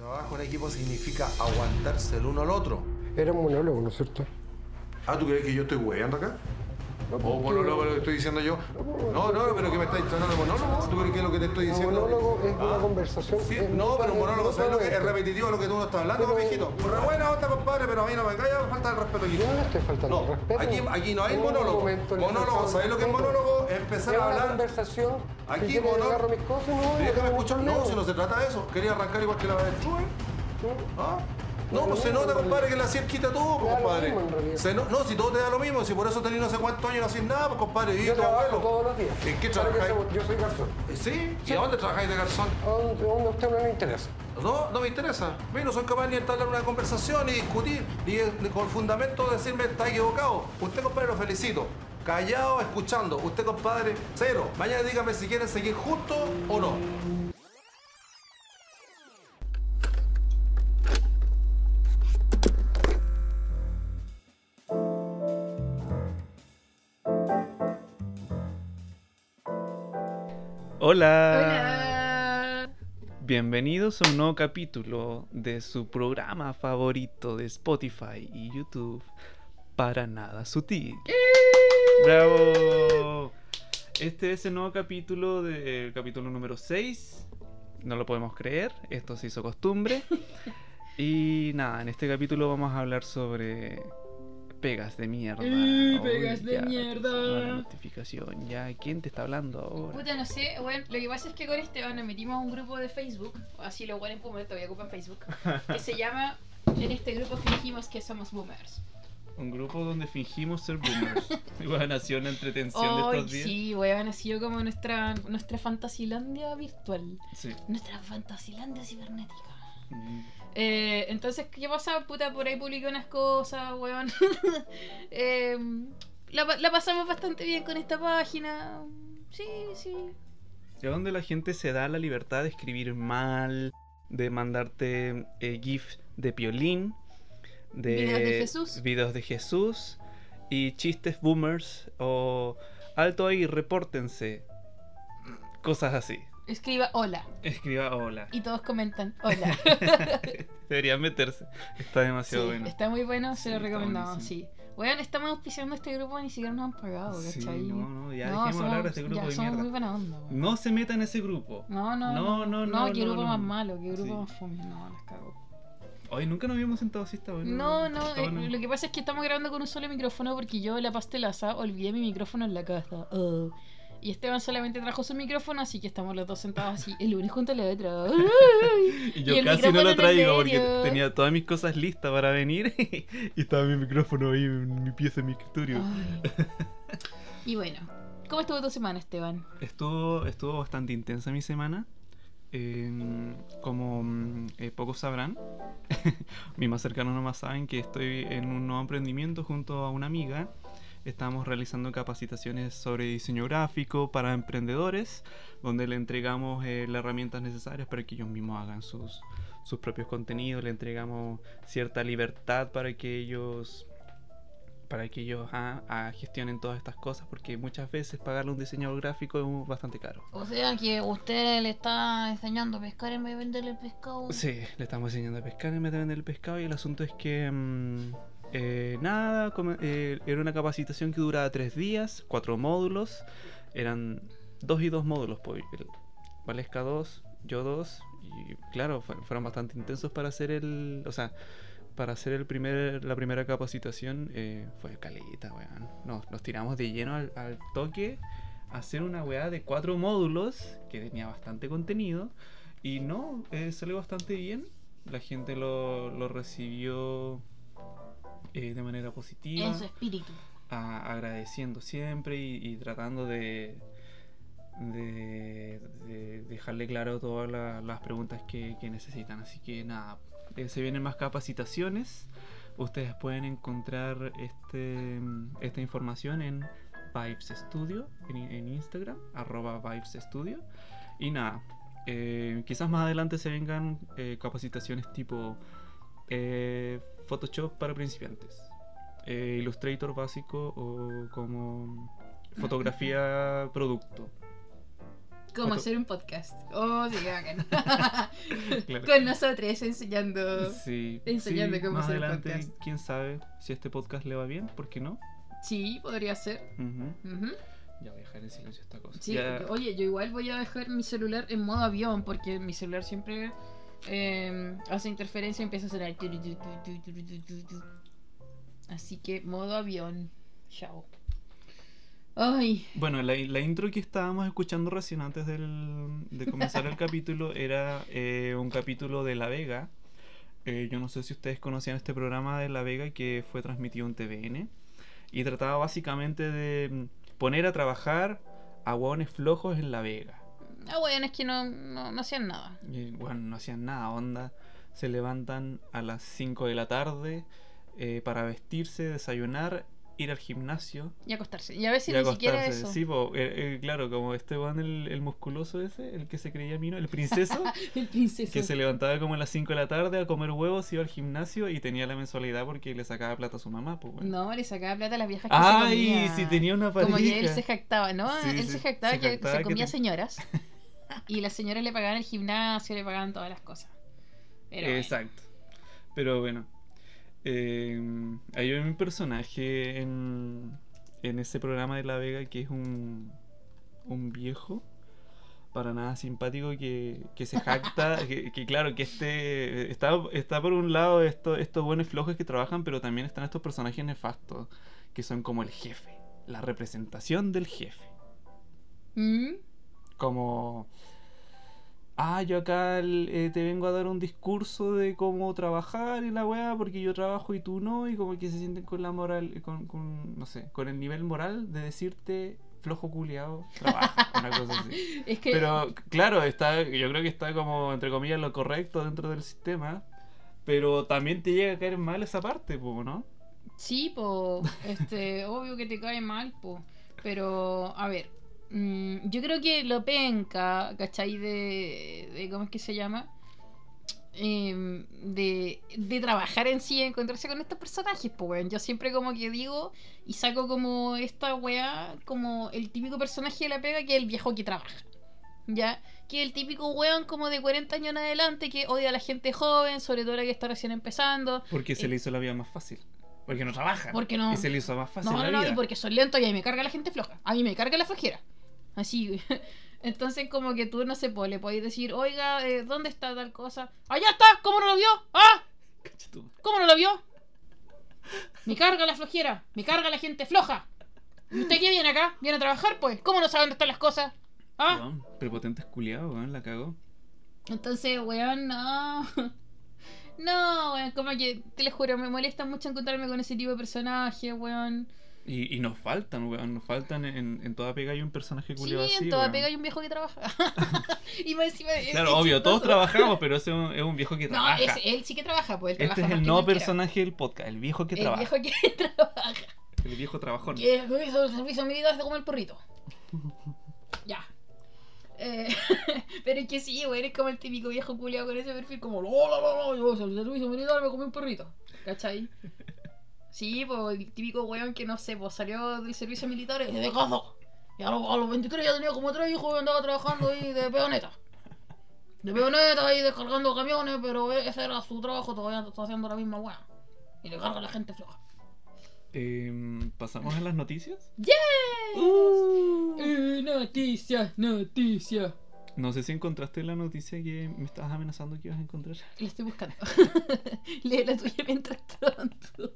Trabajo en equipo significa aguantarse el uno al otro. Era un monólogo, ¿no es cierto? Ah, ¿tú crees que yo estoy hueveando acá? No, ¿O monólogo lo que estoy diciendo yo? No, pero que me estáis tratando de monólogo. ¿Tú crees que es lo que te estoy Un diciendo? monólogo es una conversación. Sí, es no, pero un monólogo, ¿sabes lo que es esto. repetitivo a lo que tú no estás hablando, Pero- viejito? Por la buena onda, compadre, pero a mí no me engaña, falta el respeto aquí. Yo no le estoy faltando No, el respeto. aquí no hay En ningún monólogo. momento le Monólogo, faltaba ¿sabes lo que es respeto. monólogo? Es empezar Es a una hablar. conversación. Aquí, si quieres, monólogo. agarro mis cosas, no, Déjame no, escuchar. No, si no se trata de eso. Quería arrancar igual que la de Chuy. ¿Ah? No, pues se nota, compadre, que la CIR quita todo, pues, Me da lo compadre. mismo, en realidad. No, si todo te da lo mismo, si por eso tenés no sé cuántos años y no haces nada, pues, compadre, y Yo tu trabajo abuelo. todos los días. ¿En qué ¿Sabe que trabajáis? yo soy garzón. ¿Sí? ¿Y a dónde trabajáis de garzón? ¿A dónde a usted no le interesa? No me interesa. Mí no soy capaz ni de entablar una conversación, ni discutir, ni con fundamento de decirme está equivocado. Usted, compadre, lo felicito. Callado, escuchando. Usted, compadre, cero. Mañana dígame si quieren seguir juntos o no. Hola. Hola. Bienvenidos a un nuevo capítulo de su programa favorito de Spotify y YouTube, Para Nada Sutil. ¡Bravo! Este es el nuevo capítulo del capítulo número 6. No lo podemos creer, esto se hizo costumbre. Y nada, en este capítulo vamos a hablar sobre pegas de mierda. Pegas de ya, mierda. una notificación, ya. ¿Quién te está hablando ahora? Puta, no sé, bueno, lo que pasa es que con Esteban nos metimos a un grupo de Facebook, así lo bueno en Puma, todavía ocupan Facebook, que se llama, en este grupo fingimos que somos boomers. Un grupo donde fingimos ser boomers. Igual nació una entretención de Hoy estos días. sí, weón, ha sido como nuestra Fantasilandia virtual, Sí. nuestra Fantasilandia cibernética. Mm. Entonces, ¿qué pasa? Puta, por ahí publiqué unas cosas, weón. La pasamos bastante bien con esta página. Sí, sí. ¿De dónde la gente se da la libertad de escribir mal, de mandarte GIF de Piolín, de Videos de Jesús. y chistes boomers o alto ahí, repórtense, cosas así. Escriba hola. Escriba hola. Y todos comentan hola. Deberían meterse. Está demasiado Sí, bueno. está muy bueno, Sí, se lo está recomendamos, buenísimo. sí. Weón, estamos auspiciando este grupo, ni siquiera nos han pagado, Sí, ¿cachai? no, ya dejemos hablar de este grupo ya de somos mierda. muy buena onda, weón. No se meta en ese grupo. No, qué grupo no. más malo, qué grupo Sí. más fome, no, las cago. Hoy nunca nos habíamos sentado así, está bueno. No, Está bueno. lo que pasa es que estamos grabando con un solo micrófono porque yo, la pastelaza, olvidé mi micrófono en la casa. Y Esteban solamente trajo su micrófono, así que estamos los dos sentados así, el uno junto al otro. Y yo el casi no micrófono lo en el traigo porque medio. tenía todas mis cosas listas para venir y estaba mi micrófono ahí en mi pieza, en mi escritorio. Ay. Y bueno, ¿cómo estuvo tu semana, Esteban? Estuvo bastante intensa mi semana. Como pocos sabrán, mis más cercanos nomás saben que estoy en un nuevo emprendimiento junto a una amiga. Estamos realizando capacitaciones sobre diseño gráfico para emprendedores, donde le entregamos las herramientas necesarias para que ellos mismos hagan sus propios contenidos. Le entregamos cierta libertad para que ellos gestionen todas estas cosas, porque muchas veces pagarle a un diseñador gráfico es bastante caro. O sea que usted le está enseñando a pescar en vez de venderle pescado. Sí, le estamos enseñando a pescar en vez de vender el pescado, y el asunto es que era una capacitación que duraba 3 días, 4 módulos, eran 2 y 2 módulos, pues, Valesca 2, yo 2, y claro, fueron bastante intensos para hacer la primera capacitación. Fue caleta, weón. Nos tiramos de lleno al toque a hacer una weá de 4 módulos que tenía bastante contenido, y salió bastante bien. La gente lo recibió de manera positiva, En su espíritu. agradeciendo siempre y tratando de dejarle claro todas las preguntas que necesitan. Así que nada, se vienen más capacitaciones. Ustedes pueden encontrar esta información en Vibes Studio en Instagram, @VibesStudio. Y nada, quizás más adelante se vengan capacitaciones tipo Photoshop para principiantes, Illustrator básico, o como fotografía producto. Cómo hacer un podcast. Oh, sí, qué bacán. Claro. Con nosotros enseñando. Sí, Enseñando sí, cómo más hacer un adelante, podcast. quién sabe si este podcast le va bien, ¿por qué no? Sí, podría ser. Ujú. Ujú. Ya voy a dejar en silencio esta cosa. Sí, Ya- oye, yo igual voy a dejar mi celular en modo avión porque mi celular siempre hace interferencia y empieza a sonar. Así que modo avión. Chao. Ay, Bueno, la intro que estábamos escuchando recién antes de comenzar el capítulo era un capítulo de La Vega. Yo no sé si ustedes conocían este programa de La Vega que fue transmitido en TVN y trataba básicamente de poner a trabajar a hueones flojos en La Vega. bueno, es que no hacían nada. Y, bueno, no hacían nada, onda. Se levantan a las 5 de la tarde para vestirse, desayunar, ir al gimnasio Y acostarse. Y a veces y ni siquiera acostarse. eso. Sí, po, claro, como este weón, el musculoso ese, el que se creía mino, el princeso, El princeso. que se levantaba como a las 5 de la tarde a comer huevos, iba al gimnasio y tenía la mensualidad porque le sacaba plata a su mamá, pues bueno. No, le sacaba plata a las viejas que Ay, se comía. si tenía una pareja. Como que él se jactaba, ¿no? Sí, Él sí, se jactaba se que jactaba se que comía te- señoras. Y las señoras le pagaban el gimnasio, le pagaban todas las cosas. Pero bueno. Exacto. Pero bueno. Hay un personaje en ese programa de La Vega que es un viejo para nada simpático que se jacta, que claro, que está por un lado estos buenos flojos que trabajan, pero también están estos personajes nefastos que son como el jefe, la representación del jefe. ¿Mm? Como, yo acá te vengo a dar un discurso de cómo trabajar y la weá, porque yo trabajo y tú no, y como que se sienten con la moral, no sé, con el nivel moral de decirte flojo culiao, trabaja, una cosa así. Es que Pero claro, yo creo que está como, entre comillas, lo correcto dentro del sistema, pero también te llega a caer mal esa parte, ¿no? sí, po, obvio que te cae mal, po. Pero, a ver, yo creo que lo penca, ¿cachai? De ¿cómo es que se llama? De trabajar en sí, encontrarse con estos personajes, pues weón. Yo siempre como que digo y saco como esta weá, como el típico personaje de La Pega, que es el viejo que trabaja, ¿ya? Que es el típico weón como de 40 años en adelante que odia a la gente joven, sobre todo la que está recién empezando. Porque se le hizo la vida más fácil. Porque no trabaja. Porque no. Y se le hizo más fácil No, la no, vida. y porque son lentos y a mí me carga la gente floja. A mí me carga la flojera. Así. Entonces, como que tú, no sé, le podéis decir, oiga, ¿dónde está tal cosa? ¡Allá está! ¿Cómo no lo vio? ¡Ah! Cacha tú. ¿Cómo no lo vio? Me carga la flojera. Me carga la gente floja. ¿Y usted qué viene acá? ¿Viene a trabajar, pues? ¿Cómo no sabe dónde están las cosas? ¿Ah? Weón, prepotente es culiado, weón, la cagó. Entonces, weón, no. No, weón, como que, te lo juro, me molesta mucho encontrarme con ese tipo de personajes, weón. Y nos faltan, weón, nos faltan en toda pega hay un personaje Sí, culiado así, en toda weón. pega hay un viejo que trabaja. Y más encima es Claro, obvio, chistoso. todos trabajamos, pero ese es un viejo que No, trabaja. él sí que trabaja, pues él Este trabaja es más el que nuevo cualquiera. personaje del podcast, el viejo que El trabaja. viejo que trabaja. El viejo trabajón. Que hizo el servicio militar de comer porrito. Ya. Pero es que sí, güey, eres como el típico viejo culiado con ese perfil, como, no, yo soy el servicio militar, me comí un porrito. ¿Cachai? Sí, pues el típico weón que no sé, pues salió del servicio militar y de casa. Y a los 23 ya tenía como 3 hijos y andaba trabajando ahí de peoneta. De peoneta ahí descargando camiones, pero ese era su trabajo, todavía está haciendo la misma weá. Y le carga a la gente floja. ¿Pasamos a las noticias? ¡Yes! Noticias. No sé si encontraste la noticia que me estabas amenazando que ibas a encontrar. La estoy buscando. Lee la tuya mientras tanto.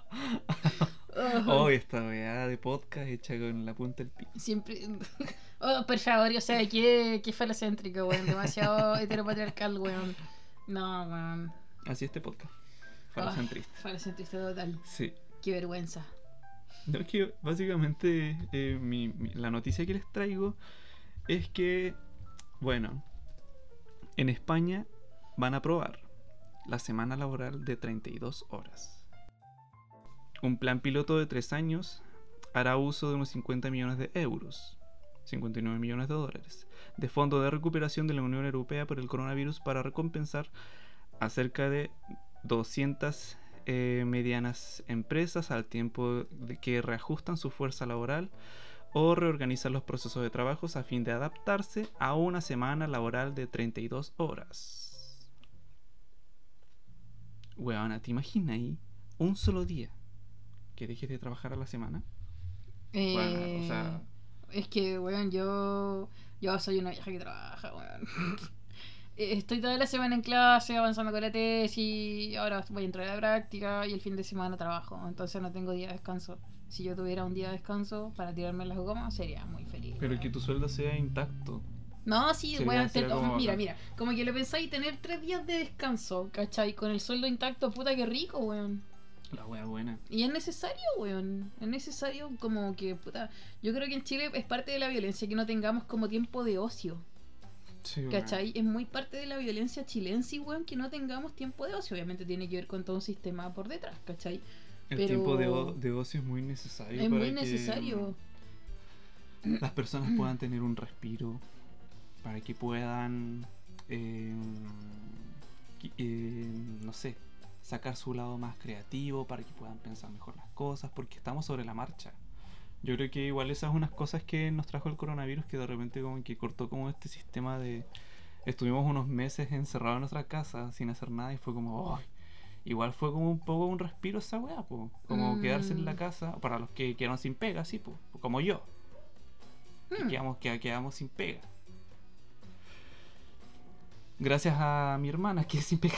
Oh, esta weá de podcast hecha con la punta del pico. Siempre. Oh, por favor, o sea, qué falocéntrico, weón. Demasiado heteropatriarcal, weón. No, weón. Así este podcast. Falocentrista. Falocentrista total. Sí. Qué vergüenza. No, es que básicamente la noticia que les traigo es que, bueno, en España van a aprobar la semana laboral de 32 horas. Un plan piloto de 3 años hará uso de unos 50 millones de euros, 59 millones de dólares, de fondo de recuperación de la Unión Europea por el coronavirus para recompensar a cerca de 200 medianas empresas al tiempo de que reajustan su fuerza laboral o reorganizar los procesos de trabajos a fin de adaptarse a una semana laboral de 32 horas. Weona, ¿te imaginas ahí un solo día que dejes de trabajar a la semana? Bueno, o sea... Es que, weón, yo soy una vieja que trabaja, weón. Estoy toda la semana en clase, avanzando con la tesis, ahora voy a entrar a la práctica y el fin de semana trabajo, entonces no tengo día de descanso. Si yo tuviera un día de descanso para tirarme las gomas, sería muy feliz. Pero weón. que tu sueldo sea intacto. No, sí, Sería- weón, sería como mira, bacán. como que lo pensáis tener 3 días de descanso, ¿cachai? Con el sueldo intacto, puta que rico, weón. La wea buena. Y es necesario, weón. Es necesario como que, puta... Yo creo que en Chile es parte de la violencia que no tengamos como tiempo de ocio, Sí, weón. ¿cachai? Es muy parte de la violencia chilense, weón, que no tengamos tiempo de ocio. Obviamente tiene que ver con todo un sistema por detrás, ¿cachai? El pero- tiempo de ocio es muy necesario. Es para muy que necesario. las personas puedan tener un respiro, para que puedan, no sé, sacar su lado más creativo, para que puedan pensar mejor las cosas, porque estamos sobre la marcha. Yo creo que igual esas son unas cosas que nos trajo el coronavirus, que de repente como que cortó como este sistema de... Estuvimos unos meses encerrados en nuestra casa sin hacer nada y fue como... "Ay". Igual fue como un poco un respiro esa weá, po. Como quedarse en la casa, para los que quedaron sin pega, sí, po. Como yo, que quedamos sin pega. Gracias a mi hermana que es sin pega.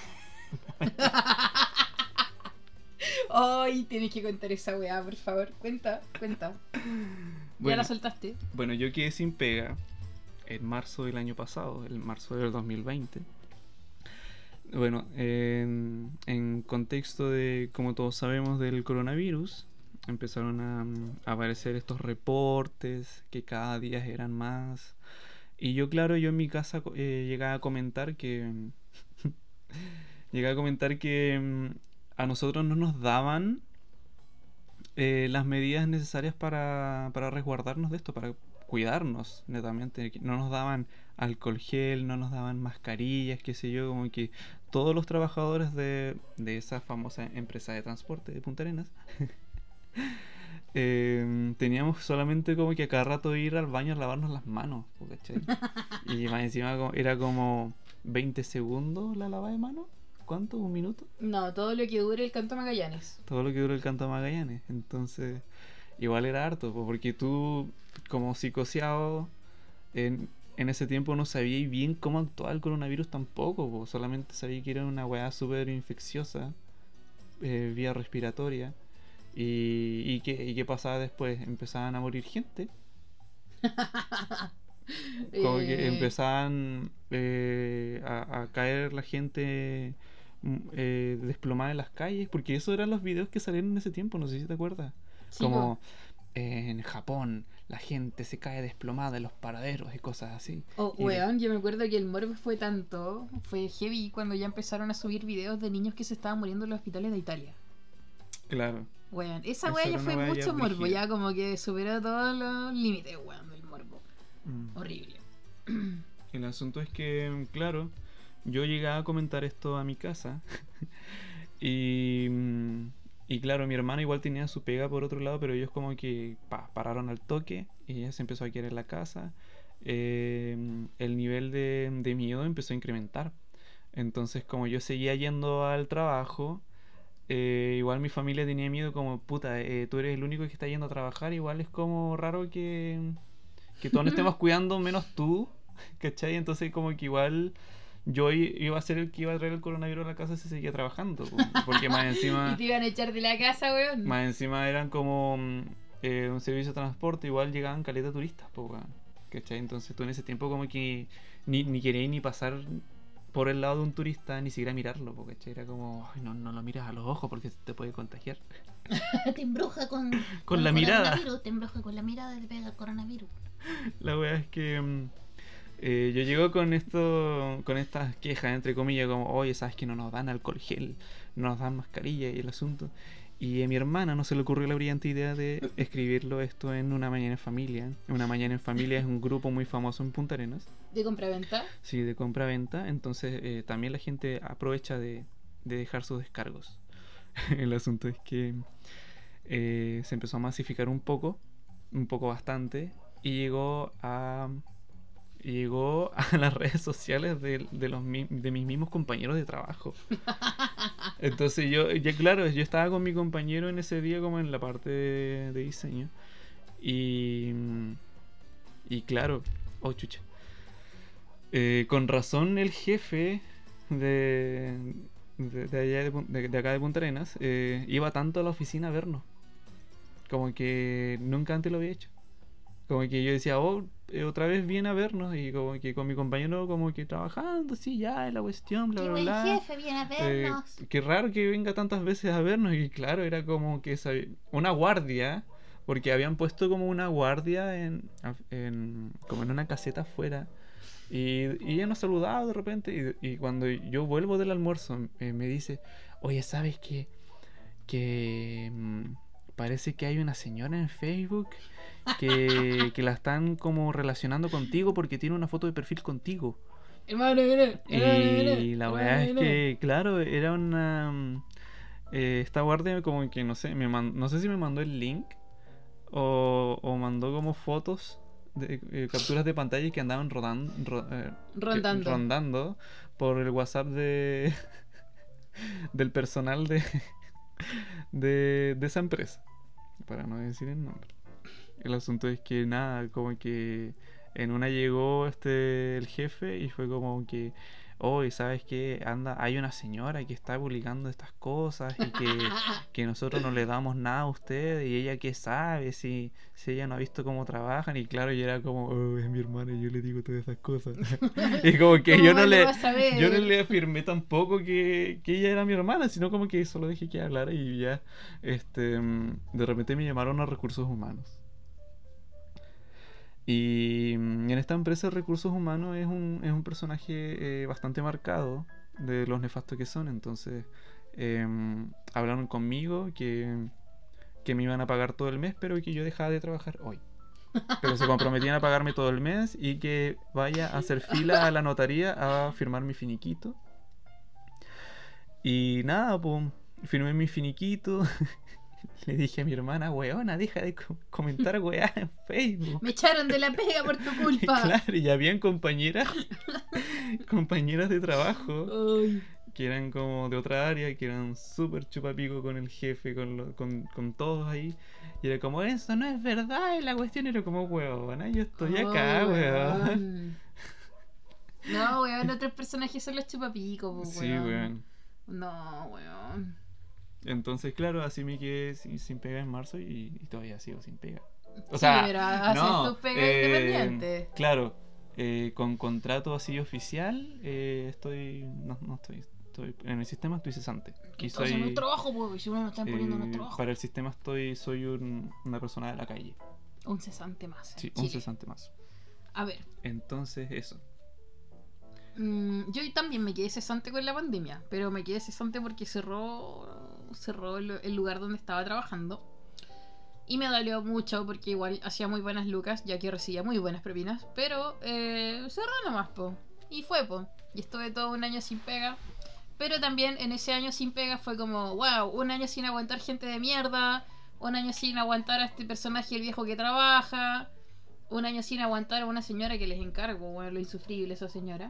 Ay, tienes que contar esa weá, por favor. Cuenta. Ya Bueno, la soltaste. bueno, yo quedé sin pega en marzo del año pasado, en marzo del 2020. Bueno, en contexto de, como todos sabemos, del coronavirus, empezaron a aparecer estos reportes que cada día eran más. Y yo, claro, yo en mi casa llegaba a comentar que... a nosotros no nos daban las medidas necesarias para resguardarnos de esto, para cuidarnos netamente. No nos daban alcohol gel, no nos daban mascarillas, qué sé yo, como que todos los trabajadores de esa famosa empresa de transporte de Punta Arenas teníamos solamente como que a cada rato ir al baño a lavarnos las manos, ¿cachai? Y más encima era como 20 segundos la lavada de manos. ¿Cuánto? ¿Un minuto? No, todo lo que dure el canto Magallanes. Todo lo que dura el canto a Magallanes. Entonces, igual era harto, porque tú, como psicoseado, en ese tiempo no sabías bien cómo actuaba el coronavirus tampoco, po. Solamente sabía que era una weá súper infecciosa, vía respiratoria. ¿Y qué pasaba después? Empezaban a morir gente. Como que empezaban a caer la gente desplomada en las calles, porque esos eran los videos que salieron en ese tiempo, no sé si te acuerdas. Sí, Como en Japón la gente se cae desplomada en los paraderos y cosas así. Oh, Y- weón, yo me acuerdo que el morbo fue heavy cuando ya empezaron a subir videos de niños que se estaban muriendo en los hospitales de Italia. Claro. Weón, esa Esa weá era ya una fue weá mucho ya morbo, brígida. ya como que superó todos los límites, weón, del morbo. Mm. Horrible. El asunto es que, claro, yo llegaba a comentar esto a mi casa y claro, mi hermana igual tenía su pega por otro lado, pero ellos como que pararon al toque y ella se empezó a quedar en la casa. El nivel de miedo empezó a incrementar. Entonces, como yo seguía yendo al trabajo, igual mi familia tenía miedo como, puta, tú eres el único que está yendo a trabajar, igual es como raro que todos nos estemos cuidando menos tú, ¿cachai? Entonces como que igual yo iba a ser el que iba a traer el coronavirus a la casa si seguía trabajando, po, porque más Y encima te iban a echar de la casa, weón. eran como un servicio de transporte, igual llegaban caleta de turistas, po, weón, ¿cachai? Entonces tú en ese tiempo como que ni querías ni pasar por el lado de un turista, ni siquiera mirarlo, po, ¿cachai? Era como, ay, no lo miras a los ojos porque te puede contagiar. Te embruja con La mirada. coronavirus, te embruja con la mirada y te pega el coronavirus. La wea es que yo llego con estas quejas, entre comillas, como, oye, sabes que no nos dan alcohol gel, no nos dan mascarilla y el asunto. Y a mi hermana no se le ocurrió la brillante idea de escribirlo esto en Una Mañana en Familia. Una Mañana en Familia es un grupo muy famoso en Punta Arenas, ¿De compra-venta? sí, de compra-venta. Entonces también la gente aprovecha de dejar sus descargos. El asunto es que se empezó a masificar un poco un poco bastante, y llegó a las redes sociales de mis mismos compañeros de trabajo. Entonces claro, yo estaba con mi compañero en ese día como en la parte de diseño. Y claro, oh chucha. Con razón el jefe de allá de acá de Punta Arenas iba tanto a la oficina a vernos. Como que nunca antes lo había hecho. Como que yo decía, otra vez viene a vernos, y como que con mi compañero como que trabajando, sí, ya, la cuestión, bla, Qué bla, buen bla. jefe viene a vernos. Qué raro que venga tantas veces a vernos, y claro, era como que una guardia, porque habían puesto como una guardia como en una caseta afuera, y ella nos saludaba de repente, y cuando yo vuelvo del almuerzo me dice, oye, ¿sabes qué? Que parece que hay una señora en Facebook que la están como relacionando contigo porque tiene una foto de perfil contigo. Hermano, Y la verdad es que, claro, era una... esta guardia como que, no sé, no sé si me mandó el link o mandó como fotos de capturas de pantalla que andaban rondando por el WhatsApp del personal de esa empresa, para no decir el nombre. El asunto es que nada, como que en una llegó el jefe y fue como que, oye, ¿sabes qué? Hay una señora que está publicando estas cosas y que nosotros no le damos nada a usted, y ella qué sabe si ella no ha visto cómo trabajan. Y claro, yo era como, es mi hermana y yo le digo todas esas cosas. Y como que yo no le afirmé tampoco que ella era mi hermana, sino como que solo dejé que hablara, y ya de repente me llamaron a Recursos Humanos. Y en esta empresa de recursos humanos es un personaje bastante marcado de los nefastos que son. Entonces hablaron conmigo que me iban a pagar todo el mes, pero que yo dejaba de trabajar hoy. Pero se comprometían a pagarme todo el mes y que vaya a hacer fila a la notaría a firmar mi finiquito. Y nada, pues firmé mi finiquito. Le dije a mi hermana, weona, deja de comentar weá en Facebook. Me echaron de la pega por tu culpa. Claro, y habían compañeras de trabajo Ay. que eran como de otra área, que eran súper chupapico con el jefe, con todos ahí. Y era como, eso no es verdad. Y la cuestión era como, weona, yo estoy acá, weón. No, weón, otros personajes son los chupapicos, weón. Sí, weón. No, weón. Entonces, claro, así me quedé sin pega en marzo y todavía sigo sin pega. O Sí, sea, pero haces tus pegas independientes. Claro, con contrato así oficial, estoy en el sistema estoy cesante. Que estás en un trabajo, pues, si uno no está poniendo en un trabajo. Para el sistema soy una persona de la calle. Un cesante más. Sí, Chile. un cesante más. A ver. Entonces, eso. Yo también me quedé cesante con la pandemia, pero me quedé cesante porque cerró el lugar donde estaba trabajando. Y me dolió mucho porque igual hacía muy buenas lucas, ya que recibía muy buenas propinas. Pero cerró nomás, po. Y fue, po. Y estuve todo un año sin pega. Pero también en ese año sin pega fue como, wow, un año sin aguantar gente de mierda. Un año sin aguantar a este personaje, el viejo que trabaja. Un año sin aguantar a una señora que les encargo, bueno, lo insufrible esa señora.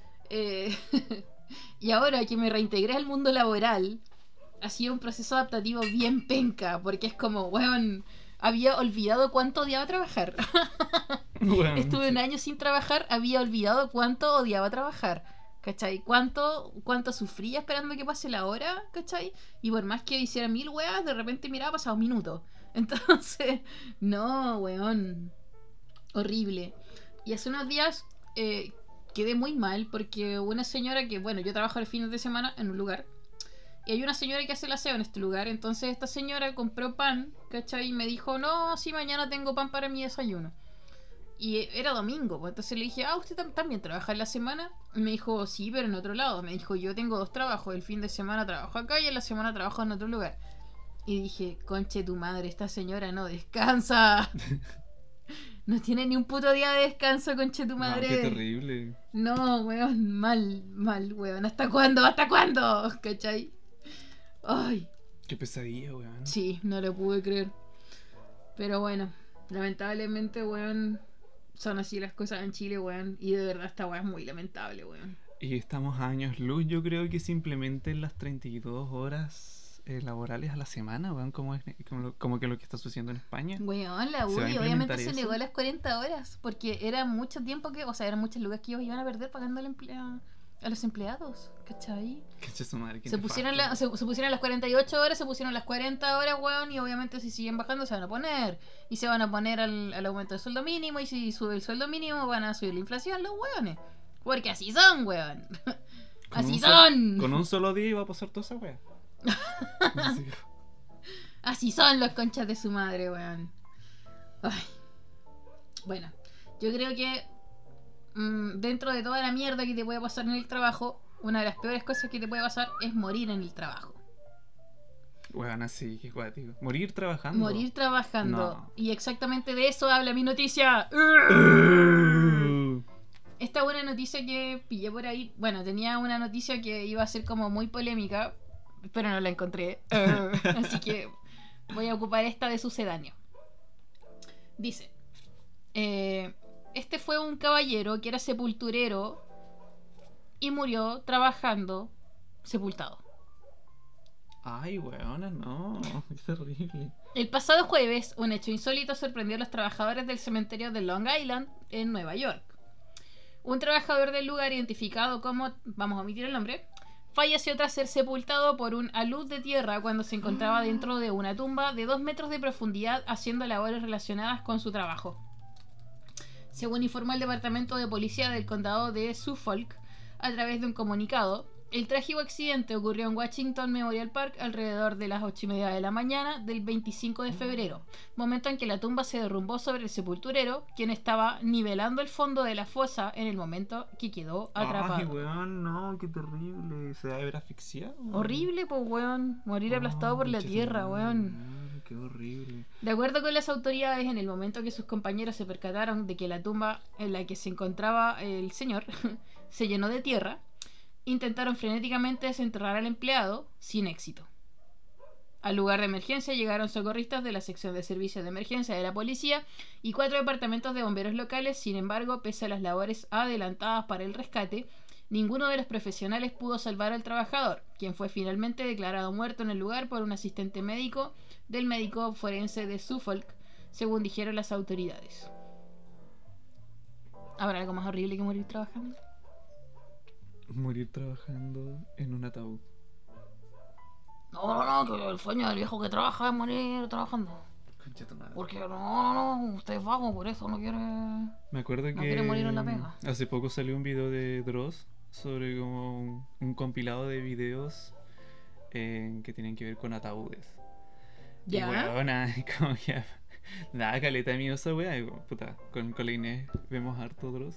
Y ahora que me reintegré al mundo laboral, ha sido un proceso adaptativo bien penca, porque es como, weón, había olvidado cuánto odiaba trabajar. Bueno, estuve un año sin trabajar, había olvidado cuánto odiaba trabajar, ¿cachai? Cuánto sufría esperando que pase la hora, ¿cachai? Y por más que hiciera 1000 weas, de repente miraba, pasado un minuto. Entonces, no, weón, horrible. Y hace unos días quedé muy mal porque una señora que, bueno, yo trabajo los fines de semana en un lugar y hay una señora que hace el aseo en este lugar. Entonces esta señora compró pan, ¿cachai? Y me dijo, no, sí, mañana tengo pan para mi desayuno. Y era domingo, pues entonces le dije, ¿usted también trabaja en la semana? Y me dijo, sí, pero en otro lado. Me dijo, yo tengo 2 trabajos, el fin de semana trabajo acá y en la semana trabajo en otro lugar. Y dije, conche tu madre, esta señora no descansa. No tiene ni un puto día de descanso, conche tu madre. No, qué terrible. No, weón, mal, weón. ¿Hasta cuándo? ¿Cachai? Ay. Qué pesadilla, weón. Sí, no lo pude creer. Pero bueno, Lamentablemente, weón, son así las cosas en Chile, weón. Y de verdad esta weá es muy lamentable, weón. Y estamos a años luz, yo creo que se implementen las 32 horas laborales a la semana, weón, como que lo que está sucediendo en España. Weón, la ¿Se va a UDI obviamente implementar se eso? negó a las 40 horas. Porque era mucho tiempo que, o sea, eran muchas lucas que ellos iban a perder pagando a los empleados, ¿cachai? Cacha su madre, qué Se pusieron, se pusieron las 48 horas, se pusieron las 40 horas, weón, y obviamente si siguen bajando se van a poner. Y se van a poner al aumento del sueldo mínimo, y si sube el sueldo mínimo van a subir la inflación los weones. Porque así son, weón. Así son. Con un solo día iba a pasar toda esa wea. Sí. Así son los conchas de su madre, weón. Ay. Bueno, yo creo que dentro de toda la mierda que te puede pasar en el trabajo, una de las peores cosas que te puede pasar es morir en el trabajo. Weón, así, qué cuático. Morir trabajando. Morir trabajando. No. Y exactamente de eso habla mi noticia. Esta buena noticia que pillé por ahí. Bueno, tenía una noticia que iba a ser como muy polémica, pero no la encontré. Así que voy a ocupar esta de sucedáneo. Dice: este fue un caballero que era sepulturero y murió trabajando sepultado. Ay, weona, no. Es terrible. El pasado jueves, un hecho insólito sorprendió a los trabajadores del cementerio de Long Island, en Nueva York. Un trabajador del lugar, identificado como, vamos a omitir el nombre, falleció tras ser sepultado por un alud de tierra cuando se encontraba dentro de una tumba de 2 metros de profundidad haciendo labores relacionadas con su trabajo. Según informó el Departamento de Policía del Condado de Suffolk a través de un comunicado, el trágico accidente ocurrió en Washington Memorial Park alrededor de las 8:30 de la mañana del 25 de febrero, momento en que la tumba se derrumbó sobre el sepulturero, quien estaba nivelando el fondo de la fosa en el momento que quedó atrapado. Ay, weón, no, qué terrible. Se va a ver asfixiado. Horrible, pues, weón. Morir aplastado por la concha tierra, su weón. madre, qué horrible. De acuerdo con las autoridades, en el momento que sus compañeros se percataron de que la tumba en la que se encontraba el señor se llenó de tierra, intentaron frenéticamente desenterrar al empleado, sin éxito. Al lugar de emergencia llegaron socorristas de la sección de servicios de emergencia de la policía y 4 departamentos de bomberos locales. Sin embargo, pese a las labores adelantadas para el rescate, ninguno de los profesionales pudo salvar al trabajador, quien fue finalmente declarado muerto en el lugar por un asistente médico del médico forense de Suffolk, según dijeron las autoridades. ¿Habrá algo más horrible que morir trabajando? Morir trabajando en un ataúd. No, que el sueño del viejo que trabaja es morir trabajando. Concha tu madre. Porque no, usted es vago, por eso no quiere... Me acuerdo que quiere morir en la pega. hace poco salió un video de Dross sobre como un compilado de videos que tienen que ver con ataúdes. ¿Ya? Y weona, como que nada, caleta de miedo esa wea. Y, puta, con la Inés vemos harto Dross.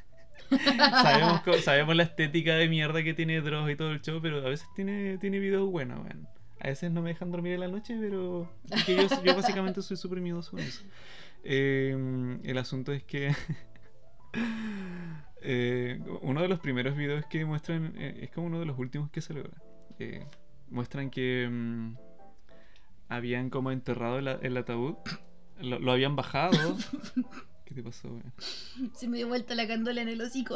sabemos la estética de mierda que tiene Dross y todo el show, pero a veces tiene videos buenos, weón. A veces no me dejan dormir en la noche, pero es que yo básicamente soy súper miedoso con eso. El asunto es que uno de los primeros videos que muestran es como uno de los últimos que salió ahora. Muestran que habían como enterrado el ataúd, lo habían bajado. ¿Qué te pasó, weón? Se me dio vuelta la candola en el hocico.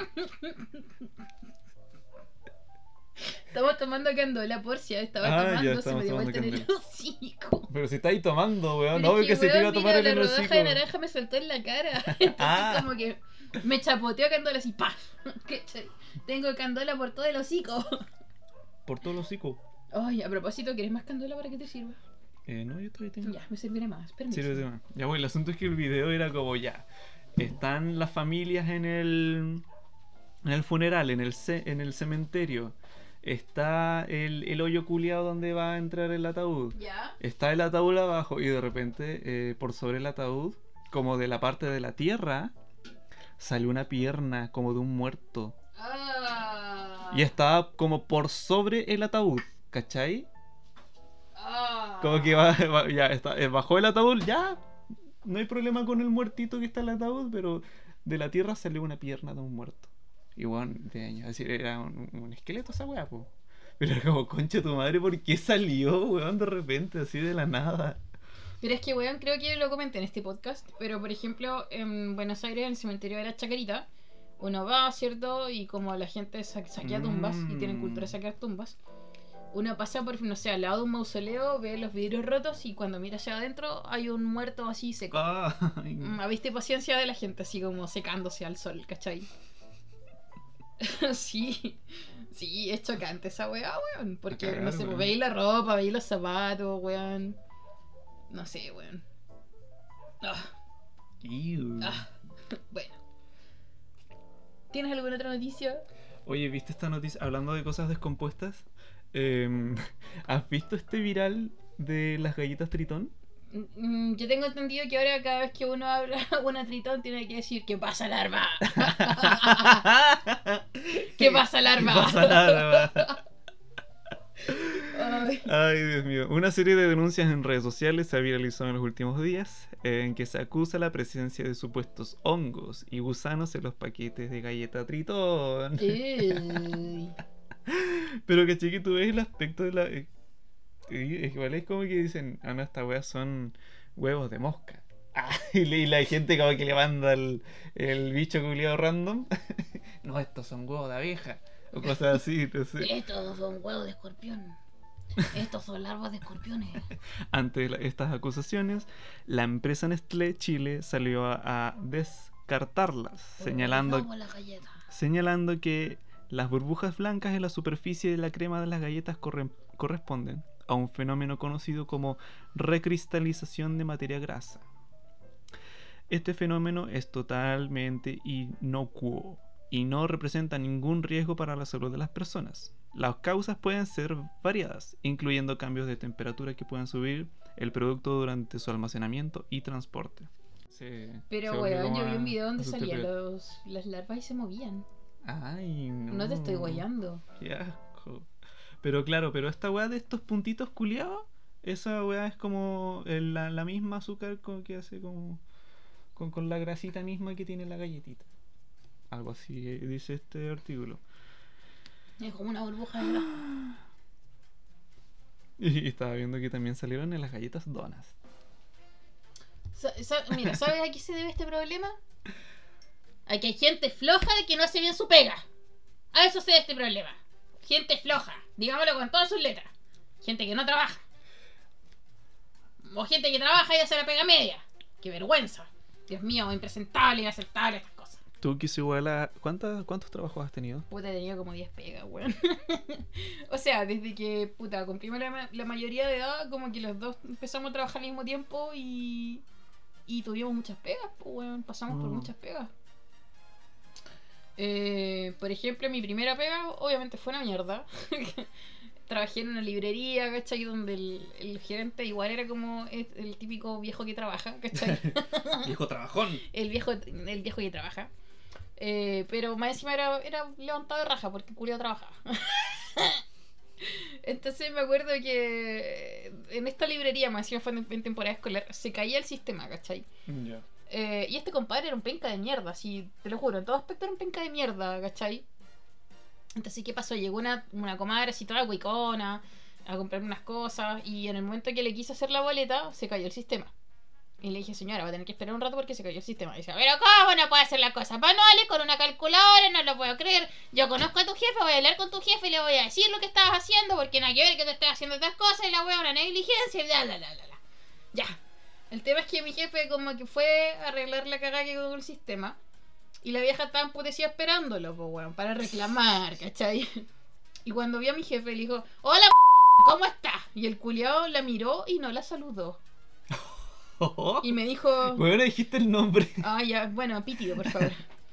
Estamos tomando candola, Porcia. Estaba tomando, ya se me dio estábamos vuelta en el tomando hocico. Pero si estáis tomando, weón, Pero no, es que se te iba a weón, tomar mira, en el la rodaja hocico. de naranja me saltó en la cara. Entonces como que me chapoteó candola así, ¡paf! ¿Cachai? Tengo candola por todo el hocico. Por todo el hocico. Ay, a propósito, ¿quieres más candola para que te sirva? No, yo todavía tengo. Ya, me serviré más, permiso. Sírvete más. Ya, bueno, el asunto es que el video era como ya. Están las familias en el funeral, en el cementerio. Está el hoyo culiado donde va a entrar el ataúd. ¿Ya? Está el ataúd abajo y de repente por sobre el ataúd, como de la parte de la tierra, sale una pierna como de un muerto. Ah. Y estaba como por sobre el ataúd, ¿cachai? Como que bajó el ataúd, ya. No hay problema con el muertito que está en el ataúd, pero de la tierra salió una pierna de un muerto. Y bueno, de años, es decir, era un esqueleto esa weá, po. Pero era como, concha tu madre, ¿por qué salió, weón, de repente, así de la nada? Pero es que, weón, creo que lo comenté en este podcast. Pero, por ejemplo, en Buenos Aires, en el cementerio de la Chacarita, uno va, ¿cierto? Y como la gente saquea tumbas y tienen cultura de saquear tumbas, uno pasa por, no sé, al lado de un mausoleo, ve los vidrios rotos y cuando mira hacia adentro hay un muerto así seco. Ay. ¿Viste paciencia de la gente así como secándose al sol, ¿cachai? Sí, sí, es chocante esa weá, weón. Porque, Cagar, no sé, weón. veis la ropa, veis los zapatos, weón. No sé, weón. Ah, Iu. bueno. ¿Tienes alguna otra noticia? Oye, ¿viste esta noticia? Hablando de cosas descompuestas, ¿has visto este viral de las galletas Tritón? Yo tengo entendido que ahora cada vez que uno habla una Tritón tiene que decir ¿qué pasa, larva? ¿Qué pasa, larva? ¿Qué pasa, larva? Ay. Ay, Dios mío. Una serie de denuncias en redes sociales se ha viralizado en los últimos días en que se acusa la presencia de supuestos hongos y gusanos en los paquetes de galleta Tritón. Uy. Pero que que tú ves el aspecto de la... igual es como que dicen, ah, no, estas weas son huevos de mosca. Ah, y la gente como que le manda el bicho culiado random. No, estos son huevos de abeja. O cosas así, entonces... Estos son huevos de escorpión. Estos son larvas de escorpiones. Ante estas acusaciones, la empresa Nestlé Chile salió a descartarlas, señalando Como la galleta. que las burbujas blancas en la superficie de la crema de las galletas corresponden a un fenómeno conocido como recristalización de materia grasa. Este fenómeno es totalmente inocuo y no representa ningún riesgo para la salud de las personas. Las causas pueden ser variadas, incluyendo cambios de temperatura que pueden subir el producto durante su almacenamiento y transporte. Pero, weón, yo vi un video donde salían las larvas y se movían. Ay, no. No te estoy guayando. Qué asco. Pero claro, pero esta weá de estos puntitos culiados, esa weá es como la misma azúcar que hace como con la grasita misma que tiene la galletita. Algo así dice este artículo. Es como una burbuja de grasa. Y estaba viendo que también salieron en las galletas donas. Mira, ¿sabes a qué se debe este problema? A que hay gente floja de que no hace bien su pega. A eso se debe este problema. Gente floja, digámoslo con todas sus letras. Gente que no trabaja. O gente que trabaja y hace la pega media. ¡Qué vergüenza! Dios mío, impresentable, inaceptable estas cosas. Tú que es igual a... ¿Cuántos trabajos has tenido? Puta, he tenido como 10 pegas, weón. O sea, desde que, puta, cumplimos la mayoría de edad, como que los dos empezamos a trabajar al mismo tiempo y tuvimos muchas pegas, pues, weón. Pasamos por muchas pegas. Por ejemplo, mi primera pega, obviamente, fue una mierda. Trabajé en una librería, ¿cachai? Donde el gerente igual era como el típico viejo que trabaja, ¿cachai? Viejo trabajón. El viejo que trabaja. Pero más encima era levantado de raja porque culiao trabajaba. Entonces me acuerdo que en esta librería, más encima fue en temporada escolar, se caía el sistema, ¿cachai? Ya. Y este compadre era un penca de mierda, así, te lo juro, en todo aspecto era un penca de mierda, ¿cachai? Entonces, ¿qué pasó? Llegó una comadre así toda cuicona a comprarme unas cosas y en el momento que le quise hacer la boleta, se cayó el sistema. Y le dije, señora, va a tener que esperar un rato porque se cayó el sistema. Y dice, pero ¿cómo no puede hacer las cosas manuales con una calculadora? No lo puedo creer. Yo conozco a tu jefe, voy a hablar con tu jefe y le voy a decir lo que estabas haciendo porque nada que ver que te estés haciendo estas cosas y la wea una negligencia y bla, bla, bla, bla, bla. Ya. El tema es que mi jefe como que fue a arreglar la cagada que quedó con el sistema y la vieja estaba emputecida esperándolo, pues, weón, para reclamar, ¿cachai? Y cuando vio a mi jefe le dijo, hola, ¿cómo estás? Y el culiao la miró y no la saludó. Y me dijo... Bueno, dijiste el nombre. Ah, ya, bueno, pítido, por favor.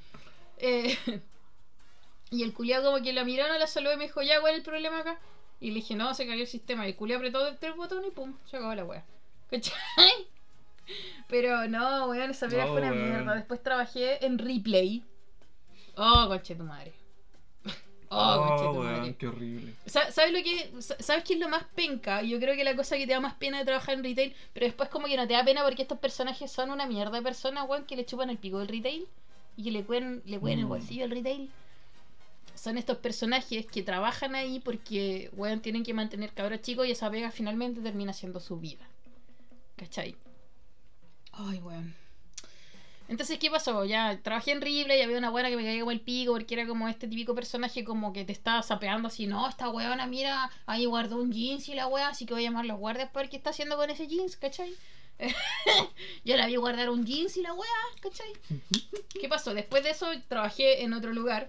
Y el culiao como que la miró, no la saludó y me dijo, ya, ¿cuál es el problema acá? Y le dije, no, se cayó el sistema. Y el culiao apretó el botón y pum, se acabó la wea. ¿Cachai? Pero no, weón, esa pega fue una mierda. Después trabajé en Replay. Oh, conche tu madre. Oh, conche tu madre. Qué horrible. ¿Sabes qué es lo más penca? Yo creo que la cosa que te da más pena de trabajar en retail, pero después como que no te da pena porque estos personajes son una mierda de personas, weón, que le chupan el pico del retail y que le cuelen el bolsillo al retail. Son estos personajes que trabajan ahí porque, weón, tienen que mantener cabros chicos y esa pega finalmente termina siendo su vida. ¿cachai? Ay, weón. Entonces, ¿qué pasó? Ya trabajé en Ripley y había una buena que me caía como el pico porque era como este típico personaje como que te estaba sapeando así, no, esta weona, mira, ahí guardó un jeans y la wea, así que voy a llamar a los guardias para ver qué está haciendo con ese jeans, ¿cachai? Yo la vi guardar un jeans y la wea, ¿cachai? ¿Qué pasó? Después de eso trabajé en otro lugar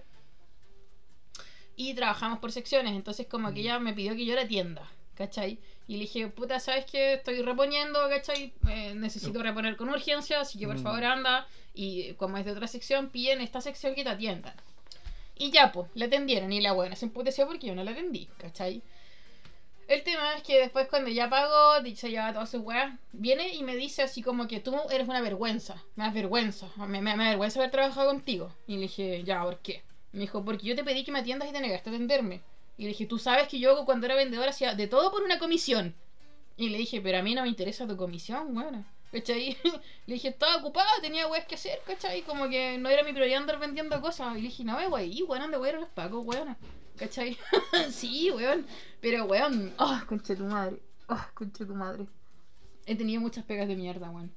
y trabajamos por secciones, entonces como que ella me pidió que yo la atienda, ¿cachai? Y le dije, puta, ¿sabes qué? Estoy reponiendo, ¿cachai? Necesito reponer con urgencia, así que por favor anda. Y como es de otra sección, piden esta sección que te atiendan. Y ya, pues, la atendieron y la buena se emputeció porque yo no la atendí, ¿cachai? El tema es que después cuando ya pagó, se lleva todas sus weas, viene y me dice así como que tú eres una vergüenza, me das vergüenza, me avergüenza haber trabajado contigo. Y le dije, ya, ¿por qué? Me dijo, porque yo te pedí que me atiendas y te negaste a atenderme. Y le dije, tú sabes que yo cuando era vendedora hacía de todo por una comisión. Y le dije, pero a mí no me interesa tu comisión, bueno. ¿Cachai? Le dije, estaba ocupada, tenía weas que hacer, ¿cachai? Como que no era mi prioridad andar vendiendo cosas. Y le dije, no, wey, weón, anda weón a los pacos, weón. ¿Cachai? Sí, weón. Pero weón, conche tu madre. Conche tu madre. He tenido muchas pegas de mierda, weón.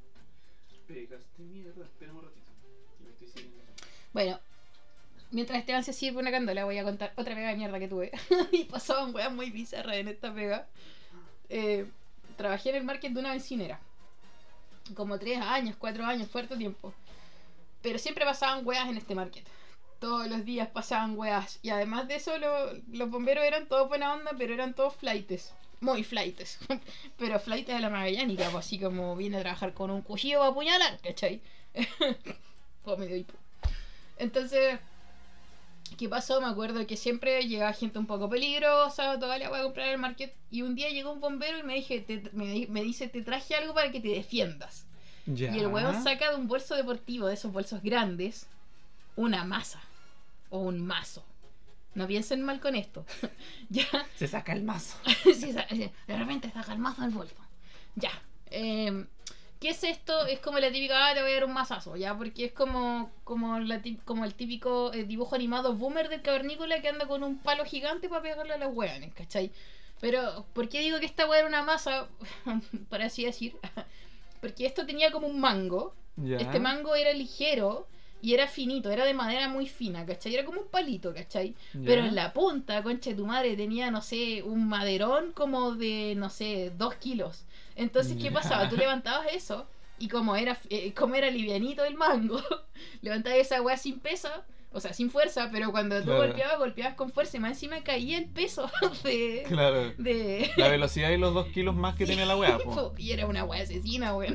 Pegas de mierda, espera un ratito. Me estoy siguiendo. Bueno. Mientras Esteban se sirve una candola, voy a contar otra pega de mierda que tuve. Y pasaban weas muy bizarras en esta pega. Trabajé en el market de una bencinera. Como 3 años, 4 años, fuerte tiempo. Pero siempre pasaban weas en este market. Todos los días pasaban weas. Y además de eso, los bomberos eran todos buena onda, pero eran todos flaites. Muy flaites. Pero flaites de la magallánica, pues así como viene a trabajar con un cuchillo a apuñalar, ¿cachai? Pues medio hipo. Entonces, ¿qué pasó? Me acuerdo que siempre llegaba gente un poco peligrosa, toda la voy a comprar en el market. Y un día llegó un bombero y me dice, te traje algo para que te defiendas. Ya. Y el huevón saca de un bolso deportivo, de esos bolsos grandes, una masa. O un mazo. No piensen mal con esto. Ya. Se saca el mazo. Sí, de repente saca el mazo del bolso. Ya. ¿Qué es esto? Es como la típica, te voy a dar un mazazo, ¿ya? Porque es como el típico dibujo animado boomer del cavernícola que anda con un palo gigante para pegarle a los hueones, ¿cachai? Pero, ¿por qué digo que esta hueá era una masa? Por así decir. Porque esto tenía como un mango. Ya. Este mango era ligero y era finito, era de madera muy fina, ¿cachai? Era como un palito, ¿cachai? Ya. Pero en la punta, concha de tu madre, tenía, no sé, un maderón como de, no sé, 2 kilos. Entonces, ¿qué Ya. pasaba? Tú levantabas eso y como era livianito el mango, levantabas esa weá sin peso, o sea, sin fuerza, pero cuando tú Claro. golpeabas con fuerza y más encima caía el peso de... Claro. de... La velocidad y los 2 kilos más que tenía la weá, po. Y era una weá asesina, weón.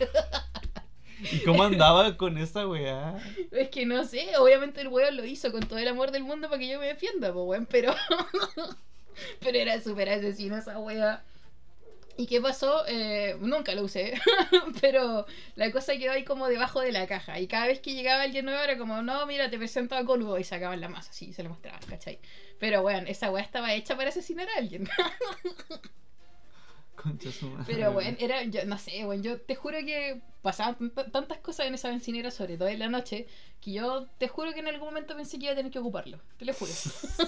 ¿Y cómo andaba con esa weá? Es que no sé, obviamente el weón lo hizo con todo el amor del mundo para que yo me defienda, pues weón, pero era súper asesino esa weá. ¿Y qué pasó? Nunca lo usé, pero la cosa quedó ahí como debajo de la caja. Y cada vez que llegaba alguien nuevo era como, no, mira, te presento a Colugo. Y sacaban la masa, así, se lo mostraban, ¿cachai? Pero bueno, esa weá estaba hecha para asesinar a alguien. Concha su madre. Pero bueno, era, yo no sé, bueno, yo te juro que pasaban tantas cosas en esa bencinera, sobre todo en la noche, que yo te juro que en algún momento pensé que iba a tener que ocuparlo. Te lo juro.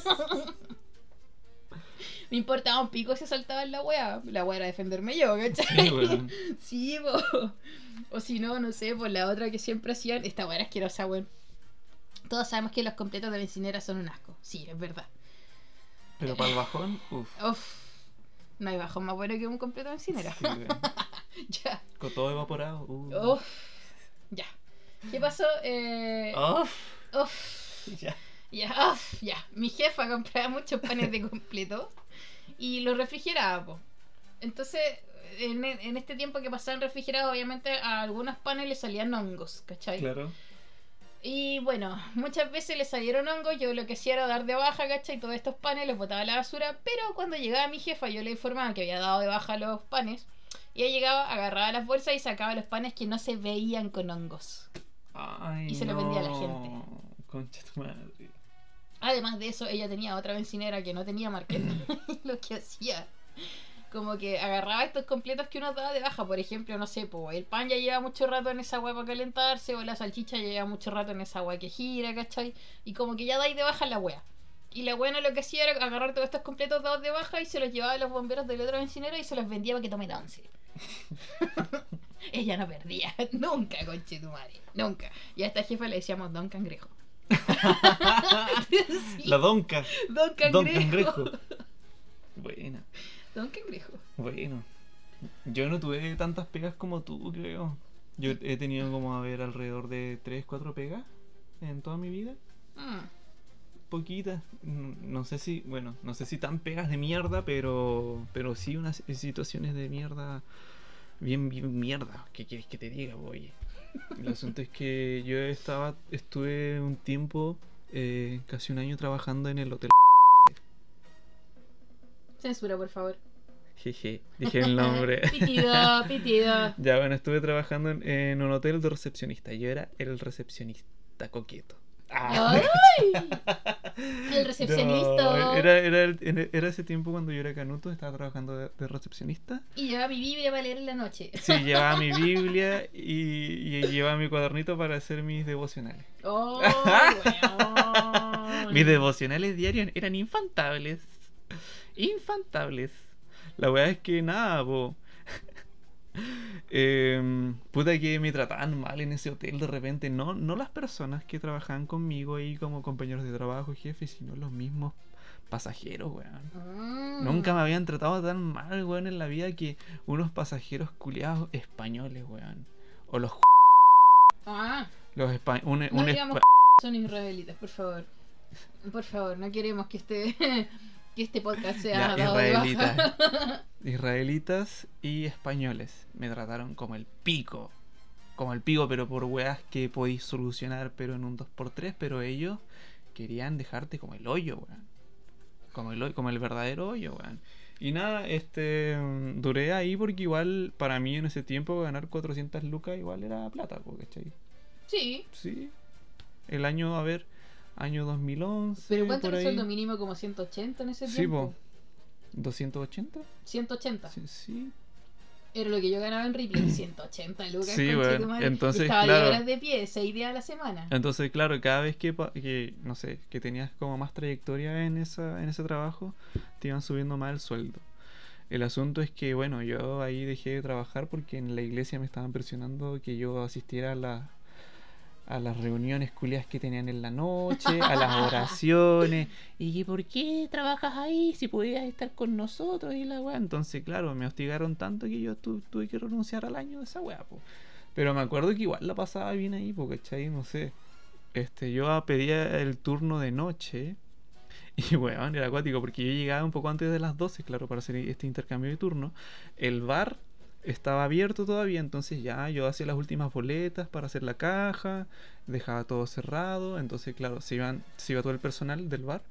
Me importaba un pico si saltaba en la wea. La wea era defenderme yo, ¿cachai? Sí, weón. Sí, po. O si no, no sé, por la otra que siempre hacían. Esta wea era asquerosa, weón. Todos sabemos que los completos de bencinera son un asco. Sí, es verdad. Pero para el bajón, uff. Uf. No hay bajón más bueno que un completo de bencinera. Sí, weón. Ya. Con todo evaporado. Uf. Ya. ¿Qué pasó? Uf. Uf. Ya. Ya, ya. Mi jefa compraba muchos panes de completo y los refrigeraba, po. Entonces, en este tiempo que pasaban refrigerados, obviamente a algunos panes le salían hongos, ¿cachai? Claro. Y bueno, muchas veces le salieron hongos, yo lo que hacía era dar de baja, ¿cachai? Todos estos panes los botaba a la basura, pero cuando llegaba mi jefa yo le informaba que había dado de baja los panes, y ella llegaba, agarraba las bolsas y sacaba los panes que no se veían con hongos. Ay, Y se lo vendía a la gente. Concha tu madre. Además de eso, ella tenía otra bencinera que no tenía market. Lo que hacía, como que agarraba estos completos que uno daba de baja. Por ejemplo, no sé, po, el pan ya lleva mucho rato en esa agua para calentarse, o la salchicha ya lleva mucho rato en esa agua que gira, ¿cachai? Y como que ya dais de baja la wea. Y la buena lo que hacía era agarrar todos estos completos dados de baja y se los llevaba a los bomberos de la otra bencinera y se los vendía para que tomen once. Ella no perdía, nunca, conchetumare, nunca. Y a esta jefa le decíamos Don Cangrejo. Sí, La donca. Don Cangrejo. Don Cangrejo. Buena. Don Cangrejo. Bueno. Yo no tuve tantas pegas como tú, creo. Yo he tenido como, a ver, alrededor de 3, 4 pegas en toda mi vida. Poquitas. No sé si, bueno, no sé si tan pegas de mierda, pero sí unas situaciones de mierda. Bien mierda. ¿Qué quieres que te diga, oye? El asunto es que yo estuve un tiempo, casi un año trabajando en el hotel. Censura, por favor. Jeje, dije el nombre. Pitido. Ya, bueno, estuve trabajando en un hotel de recepcionista. Yo era el recepcionista coqueto. ¡Ay! El recepcionista. No, era ese tiempo cuando yo era canuto, estaba trabajando de recepcionista. Y llevaba mi Biblia para leer en la noche. Sí, llevaba mi Biblia y llevaba mi cuadernito para hacer mis devocionales. ¡Oh, weón! Mis devocionales diarios eran infantables. La weá es que nada, po. Puta que me trataban mal en ese hotel de repente. No las personas que trabajaban conmigo ahí como compañeros de trabajo, jefes, sino los mismos pasajeros, weón. Nunca me habían tratado tan mal, weón, en la vida que unos pasajeros culiados españoles, weón. O los No digamos son israelitas, por favor. Por favor, no queremos que este podcast sea ya, dado de baja. Israelitas y españoles me trataron como el pico, pero por weas que podéis solucionar, pero en un 2x3, pero ellos querían dejarte como el hoyo, weón, como el verdadero hoyo, weón. Y nada, duré ahí porque igual para mí en ese tiempo ganar 400 lucas igual era plata, ¿cachai? Sí, el año, a ver, año 2011. ¿Pero cuánto por era el ahí. sueldo mínimo? ¿Como 180 en ese Sí, tiempo? po. ¿280? 180. Sí. Era lo que yo ganaba en Ripley, 180 lucas. Sí, bueno, entonces, estaba claro. 10 horas de pie, 6 días a la semana. Entonces, claro, cada vez que no sé, que tenías como más trayectoria en ese trabajo, te iban subiendo más el sueldo. El asunto es que, bueno, yo ahí dejé de trabajar porque en la iglesia me estaban presionando que yo asistiera a las reuniones culiadas que tenían en la noche, a las oraciones, y que ¿por qué trabajas ahí si podías estar con nosotros? Y la weá, entonces claro, me hostigaron tanto que yo tuve que renunciar al año de esa weá, po. Pero me acuerdo que igual la pasaba bien ahí, porque ¿cachai? No sé, yo pedía el turno de noche, y weón, era acuático, porque yo llegaba un poco antes de las 12, claro, para hacer este intercambio de turno. El bar estaba abierto todavía, entonces ya yo hacía las últimas boletas para hacer la caja, dejaba todo cerrado, entonces claro, se iba todo el personal del bar.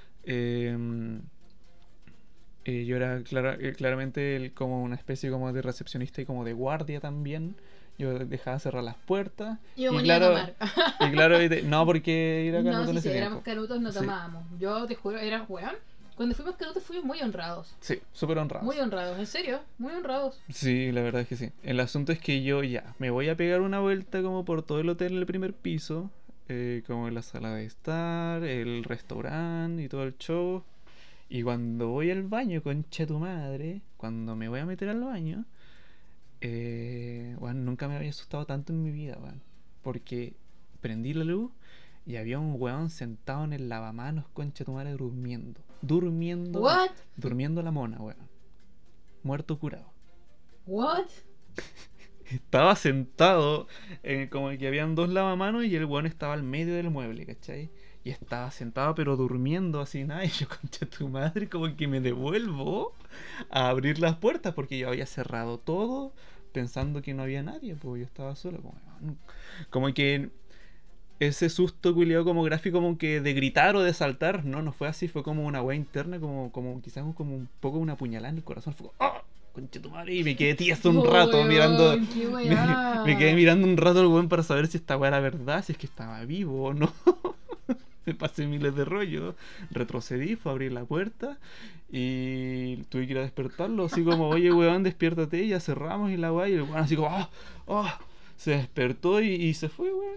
Yo era claramente como una especie como de recepcionista y como de guardia también. Yo dejaba cerrar las puertas. Yo y venía claro, a tomar. y claro, no, porque era canuto en No, ese si tiempo. éramos canutos no Sí. tomábamos. Yo te juro, era weón. Cuando fuimos canutos fuimos muy honrados. Sí, súper honrado. Muy honrados, en serio, muy honrados. Sí, la verdad es que sí. El asunto es que yo ya me voy a pegar una vuelta como por todo el hotel en el primer piso, como en la sala de estar, el restaurante y todo el show. Y cuando voy al baño, concha tu madre, cuando me voy a meter al baño, bueno, nunca me había asustado tanto en mi vida, bueno, porque prendí la luz y había un weón sentado en el lavamanos, concha tu madre, durmiendo. What? Durmiendo la mona, weón. Muerto curado. What? Estaba sentado, como que habían 2 lavamanos y el weón estaba al medio del mueble, ¿cachai? Y estaba sentado pero durmiendo así nada. Y yo, concha tu madre, como que me devuelvo a abrir las puertas porque yo había cerrado todo pensando que no había nadie, porque yo estaba solo. Como que ese susto culiado como gráfico, como que de gritar o de saltar, no fue así, fue como una wea interna, como quizás como un poco una puñalada en el corazón. Fue como, ¡ah! Concha tu madre, y me quedé tieso un rato Weón, mirando. qué weá. Me quedé mirando un rato al weón para saber si esta weá era verdad, si es que estaba vivo o no. Me pasé miles de rollos. Retrocedí, fue a abrir la puerta y tuve que ir a despertarlo. Así como, oye weón, despiértate, ya cerramos y la weá. Y el weón así como, ¡ah! Se despertó y se fue, weón.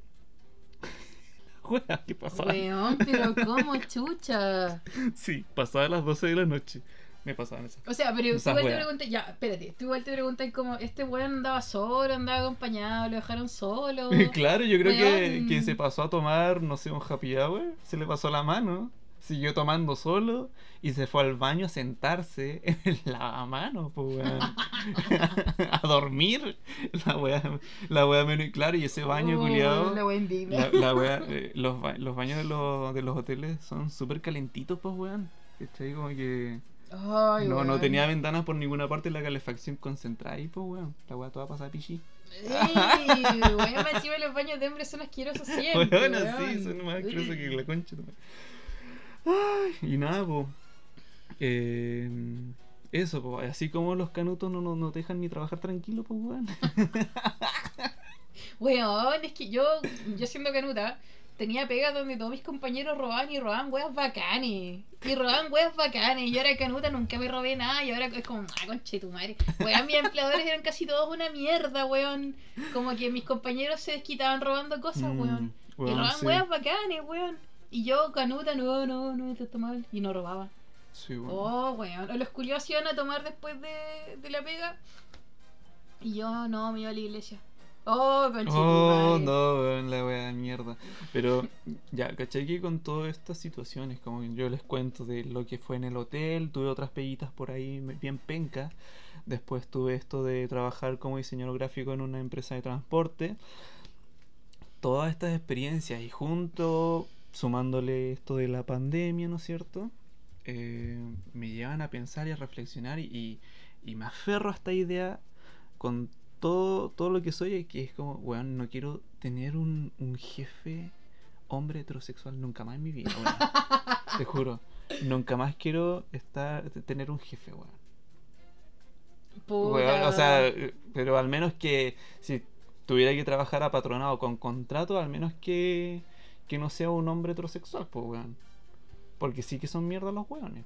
Weón, ¿qué pasaba? Weón, pero cómo chucha. Sí, pasaba las 12 de la noche. Me pasaban esas. O sea, pero tú Esas igual te weas. preguntas, ya, espérate, tú igual te preguntas como, este weón andaba solo, andaba acompañado, lo dejaron solo. Claro, yo creo Weón. que se pasó a tomar, no sé, un happy hour, se le pasó la mano, siguió tomando solo y se fue al baño a sentarse en el lavamanos, pues weón. A dormir. La wea menos claro, y ese baño, culiado. La wea indigna. La wea, los baños de los hoteles son súper calentitos, pues weón. ¿Cachai? Como que Ay, no weón. tenía ventanas por ninguna parte, la calefacción concentrada ahí, pues weón. La wea toda pasada pichi. Ey, weón, encima los baños de hombres son asquerosos siempre. Bueno, weón. sí, son más asquerosos que la concha. Ay, y nada, po. Eso, po. Así como los canutos no te dejan ni trabajar tranquilo, pues, weón. Weón, es que yo siendo canuta, tenía pegas donde todos mis compañeros robaban y robaban weas bacanes. Y robaban weas bacanes. Y yo era canuta, nunca me robé nada. Y ahora es como, conche tu madre. Weón, mis empleadores eran casi todos una mierda, weón. Como que mis compañeros se desquitaban robando cosas, weón. Y Weón, robaban sí. weas bacanes, weón. Y yo, canuta, no, esto está mal. Y no robaba. Sí, weón. Oh, weón. O los culiados iban a tomar después de la pega. Y yo, no, me iba a la iglesia. Oh, conche tu Oh, madre. no, weón, la wea de mierda. Pero, ya, ¿cachai? Que con todas estas situaciones, como yo les cuento de lo que fue en el hotel, tuve otras peguitas por ahí bien pencas. Después tuve esto de trabajar como diseñador gráfico en una empresa de transporte. Todas estas experiencias y junto, sumándole esto de la pandemia, ¿no es cierto? Me llevan a pensar y a reflexionar y me aferro a esta idea con todo lo que soy, que es como, weón, no quiero tener un jefe hombre heterosexual nunca más en mi vida, weón. Te juro, nunca más quiero tener un jefe, weón. Puta. Weón, o sea, pero al menos que si tuviera que trabajar apatronado con contrato, al menos que no sea un hombre heterosexual, pues, weón. Porque sí que son mierda los weones.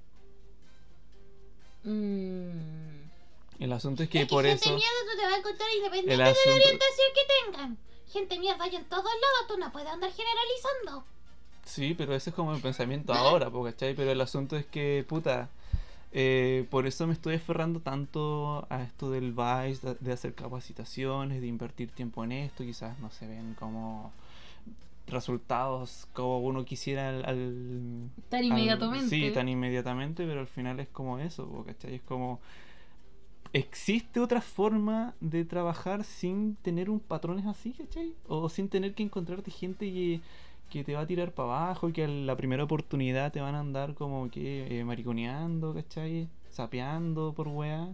El asunto es que Es que por gente eso... mierda tú te vas a encontrar independiente El de la asunto... orientación que tengan. Gente mierda hay en todos lados, tú no puedes andar generalizando. Sí, pero ese es como el pensamiento ahora, po, ¿cachai? Pero el asunto es que, puta, por eso me estoy aferrando tanto a esto del Vice, de hacer capacitaciones, de invertir tiempo en esto. Quizás no se ven como resultados como uno quisiera Tan inmediatamente. Sí, tan inmediatamente, pero al final es como eso, po, ¿cachai? Es como... ¿Existe otra forma de trabajar sin tener un patrones así, ¿cachai? O sin tener que encontrarte gente que te va a tirar para abajo y que a la primera oportunidad te van a andar como que mariconeando, ¿cachai? Sapeando por weá.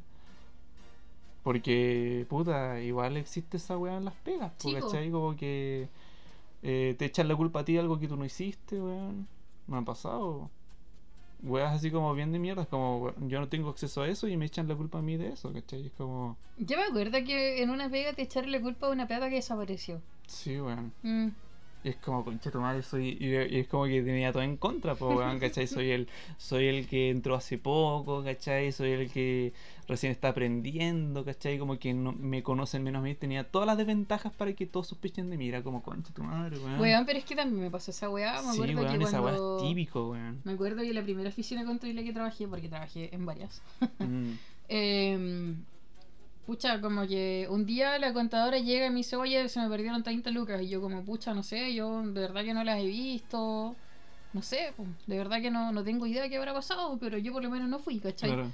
Porque, puta, igual existe esa weá en las pegas, Sí, po. ¿cachai? Como que te echan la culpa a ti de algo que tú no hiciste, weón. Me ha pasado. Weas así como bien de mierda, es como weón, yo no tengo acceso a eso y me echan la culpa a mí de eso, ¿cachai? Es como, Yo me acuerdo que en una pega te echaron la culpa a una plata que desapareció. sí, weón. Mm. Y es como, concha tu madre, y es como que tenía todo en contra, pues, weón, ¿cachai? Soy el que entró hace poco, ¿cachai? Soy el que recién está aprendiendo, ¿cachai? Como que no, me conocen menos a mí, tenía todas las desventajas para que todos sospechen de mí, era como, concha tu madre, weón. Weón, pero es que también me pasó esa weá. Me Sí, acuerdo weón, que esa weá cuando... es típico, weón. Me acuerdo que la primera oficina contable que trabajé, porque trabajé en varias. Mm. Pucha, como que un día la contadora llega y me dice, oye, se me perdieron 30 lucas. Y yo como, pucha, no sé, yo de verdad que no las he visto. No sé, pues, de verdad que no tengo idea de qué habrá pasado, pero yo por lo menos no fui, ¿cachai? Claro.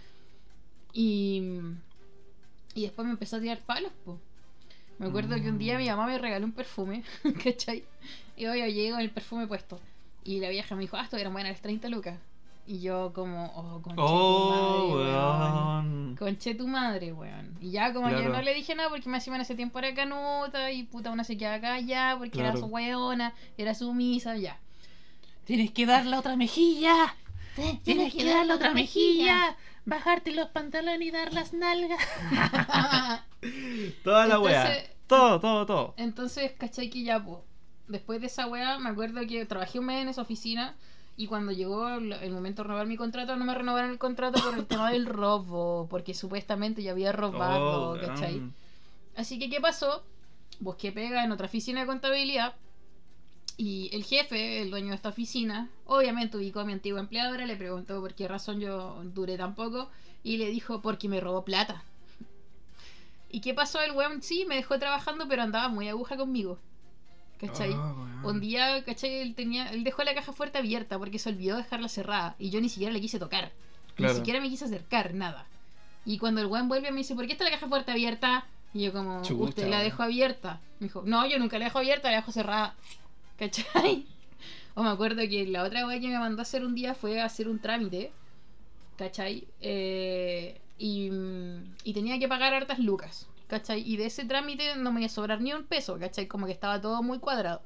Y después me empezó a tirar palos, pues. Me acuerdo que un día mi mamá me regaló un perfume, ¿cachai? Y yo llegué con el perfume puesto. Y la vieja me dijo, esto eran buenas las 30 lucas. Y yo como, conche tu madre, weón. Conche tu madre, weón. Y ya como yo Claro. no le dije nada porque me hacían ese tiempo era canuta y puta una se queda acá ya porque era Claro. su weona, era sumisa, ya. Tienes que dar la otra mejilla. Tienes que dar la otra mejilla. Bajarte los pantalones y dar las nalgas. Toda la weá. Entonces- Todo. Entonces, ¿cachai? Que ya, pues, después de esa weá, me acuerdo que trabajé un mes en esa oficina y cuando llegó el momento de renovar mi contrato, no me renovaron el contrato por el tema del robo, porque supuestamente yo había robado, Oh, ¿cachai? weón. Así que, ¿qué pasó? Busqué pega en otra oficina de contabilidad Y el jefe, el dueño de esta oficina, obviamente ubicó a mi antigua empleadora, le preguntó por qué razón yo duré tan poco y le dijo porque me robó plata. ¿Y qué pasó? El weón sí me dejó trabajando, pero andaba muy aguja conmigo. ¿Cachai? Un día, ¿cachai? Él dejó la caja fuerte abierta porque se olvidó dejarla cerrada y yo ni siquiera le quise tocar. Claro. Ni siquiera me quise acercar, nada. Y cuando el weón vuelve me dice, ¿por qué está la caja fuerte abierta? Y yo como, Chucha, usted la weón. dejó abierta. Me dijo, no, yo nunca la dejo abierta, la dejo cerrada. ¿Cachai? O me acuerdo que la otra weá que me mandó a hacer un día fue a hacer un trámite. ¿Cachai? Y tenía que pagar hartas lucas. ¿Cachai? Y de ese trámite no me iba a sobrar ni un peso. ¿Cachai? Como que estaba todo muy cuadrado.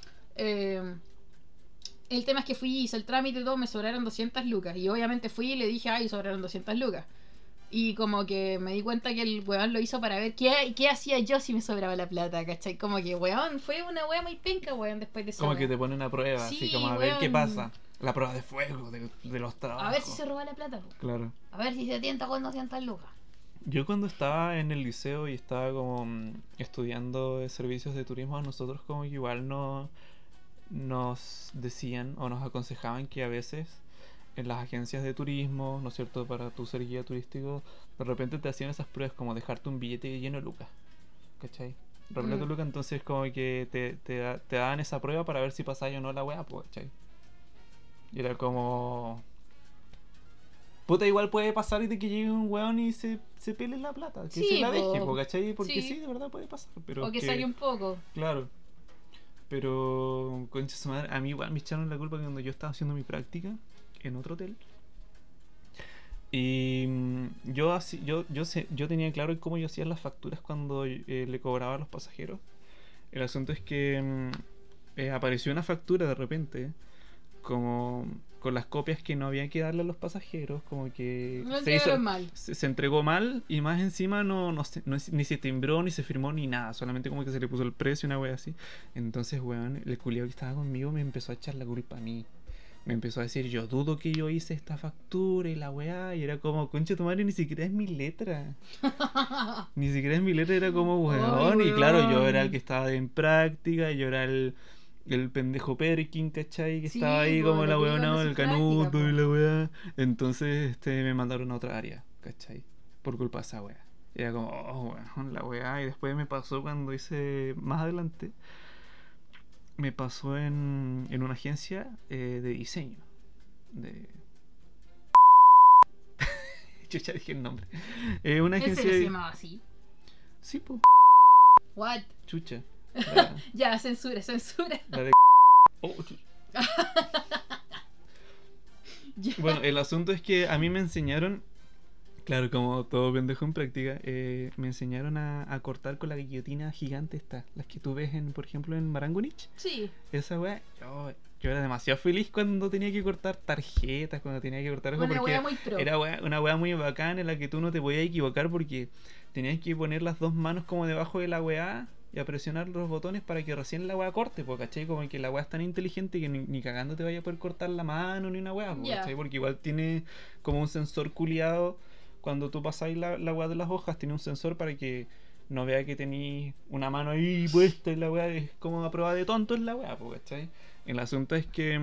El tema es que fui, hice el trámite y todo, me sobraron 200 lucas. Y obviamente fui y le dije, ay, sobraron 200 lucas. Y como que me di cuenta que el weón lo hizo para ver qué hacía yo si me sobraba la plata, ¿cachai? Como que, weón, fue una wea muy penca, weón, después de esa Como wea. que te ponen a prueba, Sí, así como a ver qué weón. pasa. La prueba de fuego, de los trabajos. A ver si se roba la plata, po. Claro. A ver si se tienta con 200 lucas. Yo cuando estaba en el liceo y estaba como estudiando servicios de turismo, a nosotros como que igual nos decían o nos aconsejaban que a veces en las agencias de turismo, ¿no es cierto?, para tu ser guía turístico, de repente te hacían esas pruebas como dejarte un billete lleno de lucas, ¿cachai? Repleto de lucas, entonces como que te daban esa prueba para ver si pasaba o no la weá, pues, ¿cachai? Y era como... Puta, igual puede pasar y de que llegue un weón y se pele la plata, que Sí, se la po. deje, po, ¿cachai? Porque Sí. sí, de verdad puede pasar, pero... O que saque un poco. Claro. Pero, concha su madre, a mí igual me echaron la culpa cuando yo estaba haciendo mi práctica en otro hotel. Y yo tenía claro cómo yo hacía las facturas cuando le cobraba a los pasajeros. El asunto es que apareció una factura de repente, como con las copias que no había que darle a los pasajeros, como que No se hizo, entregaron mal. se entregó mal y más encima ni se timbró, ni se firmó, ni nada, solamente como que se le puso el precio, una wea así. Entonces, weón, el culiao que estaba conmigo me empezó a echar la culpa a mí. Me empezó a decir, yo dudo que yo hice esta factura y la weá, y era como, concha tu madre, ni siquiera es mi letra. Ni siquiera es mi letra, era como, weón, Ay, y claro, yo weón. era el que estaba en práctica, yo era el pendejo Perkin, ¿cachai? Que Sí, estaba ahí po, como la lo típico weona, cuando el haces práctica, canuto po. y la weá. Entonces me mandaron a otra área, ¿cachai? Por culpa de esa weá. Y era como, oh, weón, la weá. Y después me pasó cuando hice más adelante, me pasó en una agencia de diseño. Chucha, dije el nombre. Una ¿En agencia serio se de... llamaba así? Sí, pues, What? chucha. Ya, censura, censura. La de... Oh, chucha. Ya. Bueno, el asunto es que a mí me enseñaron, claro, como todo pendejo en práctica, me enseñaron a cortar con la guillotina gigante esta, las que tú ves, por ejemplo, en Marangonich. Sí. Esa weá, yo era demasiado feliz cuando tenía que cortar tarjetas, cuando tenía que cortar algo, Una porque wea muy pro. era una weá muy bacán en la que tú no te podías equivocar porque tenías que poner las dos manos como debajo de la weá y a presionar los botones para que recién la weá corte, po, ¿cachai? Como que la weá es tan inteligente que ni cagando te vaya a poder cortar la mano ni una weá, po, Ya. ¿cachai? Porque igual tiene como un sensor culiado cuando tú pasáis la weá de las hojas, tiene un sensor para que no vea que tenéis una mano ahí puesta y la weá es como a prueba de tonto es la weá, po, ¿cachai? El asunto es que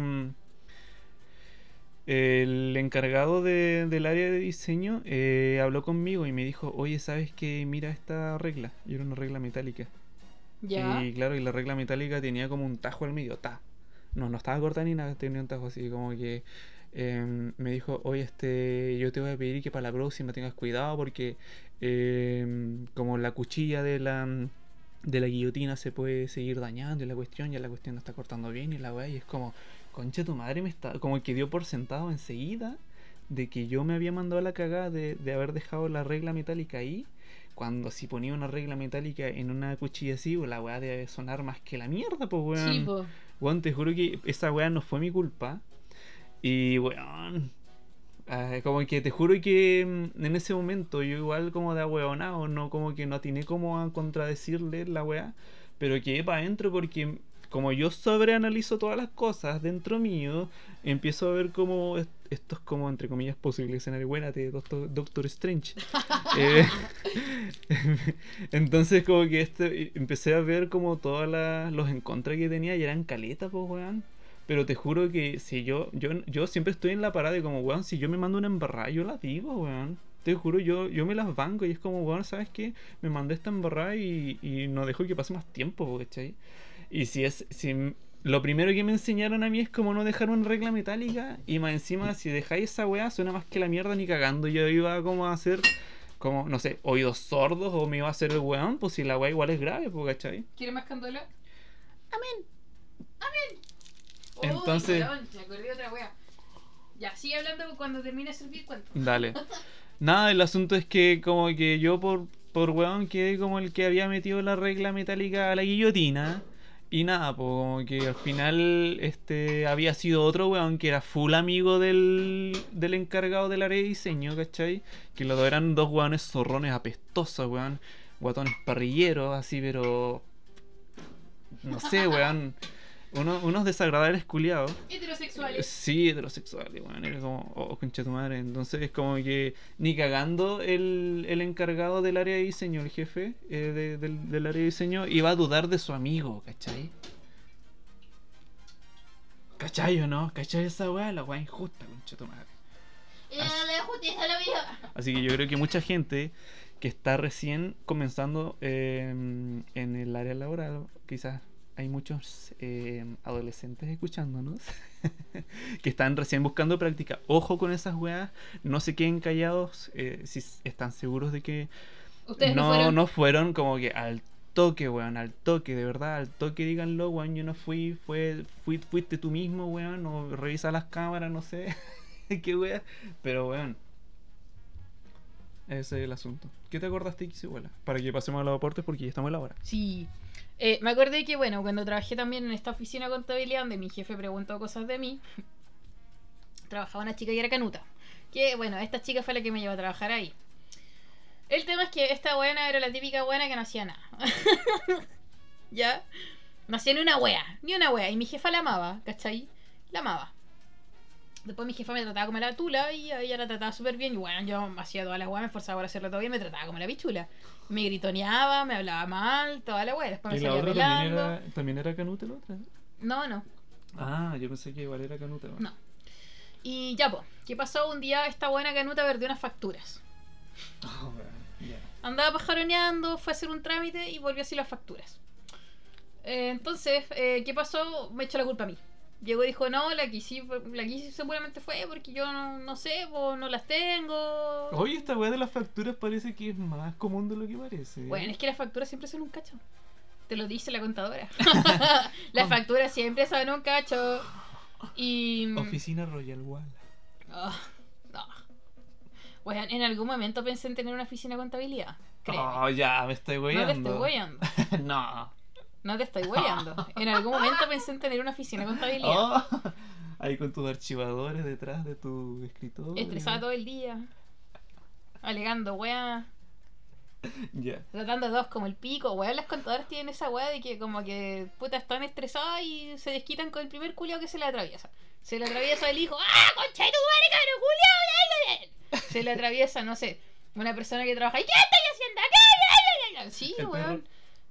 el encargado del área de diseño habló conmigo y me dijo, oye, ¿sabes qué? Mira esta regla. Y era una regla metálica. Ya. Y claro, y la regla metálica tenía como un tajo al medio, no estaba cortada ni nada, tenía un tajo así, como que me dijo, oye, yo te voy a pedir que para la próxima tengas cuidado porque como la cuchilla de la guillotina se puede seguir dañando y la cuestión no está cortando bien y la weá, y es como, concha tu madre, como que dio por sentado enseguida de que yo me había mandado a la cagada de haber dejado la regla metálica ahí. Cuando si ponía una regla metálica en una cuchilla así, pues la weá debe sonar más que la mierda, pues weón. Sí, po. Weón, te juro que esa weá no fue mi culpa. Y weón, como que te juro que en ese momento yo igual como de ahueonado, no como que no atiné como a contradecirle la weá, pero quedé para adentro porque como yo sobreanalizo todas las cosas dentro mío, empiezo a ver como estos como entre comillas posibles escenarios. Buena de Doctor Strange. Entonces como que empecé a ver como todos los en contra que tenía y eran caletas, pues weón. Pero te juro que si yo siempre estoy en la parada de como, weón, si yo me mando una embarrada, yo la digo, weón. Te juro, yo me las banco y es como, weón, ¿sabes qué? Me mandé esta embarrada y no dejo que pase más tiempo, ¿cachai? Y si lo primero que me enseñaron a mí es como no dejar una regla metálica y más encima si dejáis esa weá suena más que la mierda ni cagando. Yo iba como a hacer, como, no sé, oídos sordos o me iba a hacer el weón, pues si la weá igual es grave, ¿cachai? ¿Quieres más candela? Amén. Entonces- Uy, perdón, me acordé de otra wea. Ya, sigue hablando cuando termine de servir cuento. Dale. Nada, el asunto es que como que yo por weón quedé como el que había metido la regla metálica a la guillotina. Y nada, pues como que al final había sido otro weón que era full amigo del encargado del área de diseño, ¿cachai? Que los dos eran dos weones zorrones apestosos, weón. Guatones parrilleros, así, pero... No sé, weón. Unos desagradables culiados. Heterosexuales. Sí, heterosexuales, weón. Era como, oh, concha tu madre. Entonces es como que ni cagando el encargado del área de diseño, el jefe del área de diseño, iba a dudar de su amigo, ¿cachai? ¿Cachai o no? ¿Cachai esa weá? La weá injusta, concha tu madre. La justicia de la vida. Así que yo creo que mucha gente que está recién comenzando en el área laboral, quizás hay muchos adolescentes escuchándonos que están recién buscando práctica. Ojo con esas weas, no se queden callados si están seguros de que Ustedes no fueron. como que al toque, weón, al toque, de verdad, al toque díganlo, weón, yo no fuiste tú mismo, weón, o revisa las cámaras, no sé, qué wea, pero weón. Ese es el asunto. ¿Qué te acordaste, Xiguela? Para que pasemos a los aportes porque ya estamos en la hora. Sí. Me acordé que, bueno, cuando trabajé también en esta oficina de contabilidad donde mi jefe preguntó cosas de mí, trabajaba una chica que era canuta. Que, bueno, esta chica fue la que me llevó a trabajar ahí. El tema es que esta buena era la típica buena que no hacía nada. ¿Ya? No hacía ni una wea. Y mi jefa la amaba, ¿cachai? La amaba. Después mi jefa me trataba como la tula y a ella la trataba súper bien. Y bueno, yo hacía toda la weá, me esforzaba por hacerlo todo bien, me trataba como la pichula. Me gritoneaba, me hablaba mal, toda la weá. Después me ¿Y la salía otra pelando. también era canuta la otra? No. Ah, yo pensé que igual era canuta. No. Y ya, pues, ¿qué pasó? Un día esta buena canuta perdió unas facturas. Oh, weón, ya. Andaba pajaroneando, fue a hacer un trámite y volvió así las facturas. Entonces, ¿qué pasó? Me echó la culpa a mí. Llegó y dijo, no, la que sí seguramente fue porque yo no sé, pues no las tengo. Oye, esta weá de las facturas parece que es más común de lo que parece. Bueno, es que las facturas siempre son un cacho. Te lo dice la contadora. Las facturas siempre son un cacho. Y... Oficina Royal Wall. No. Bueno, en algún momento pensé en tener una oficina de contabilidad. Créeme. Oh, ya, me estoy weyando. No te estoy weyando. No. No te estoy weyando. En algún momento pensé en tener una oficina de contabilidad. Oh, ahí con tus archivadores detrás de tu escritorio. Estresada todo el día. Alegando, wea. Ya. Tratando a todos como el pico. Weón, las contadoras tienen esa wea de que como que puta están estresadas y se desquitan con el primer culiao que se le atraviesa. Se le atraviesa el hijo. ¡Ah, concha de tu madre, cabrón, culiao! Se le atraviesa, no sé, una persona que trabaja. ¿Y qué estoy haciendo acá? Sí, El weón.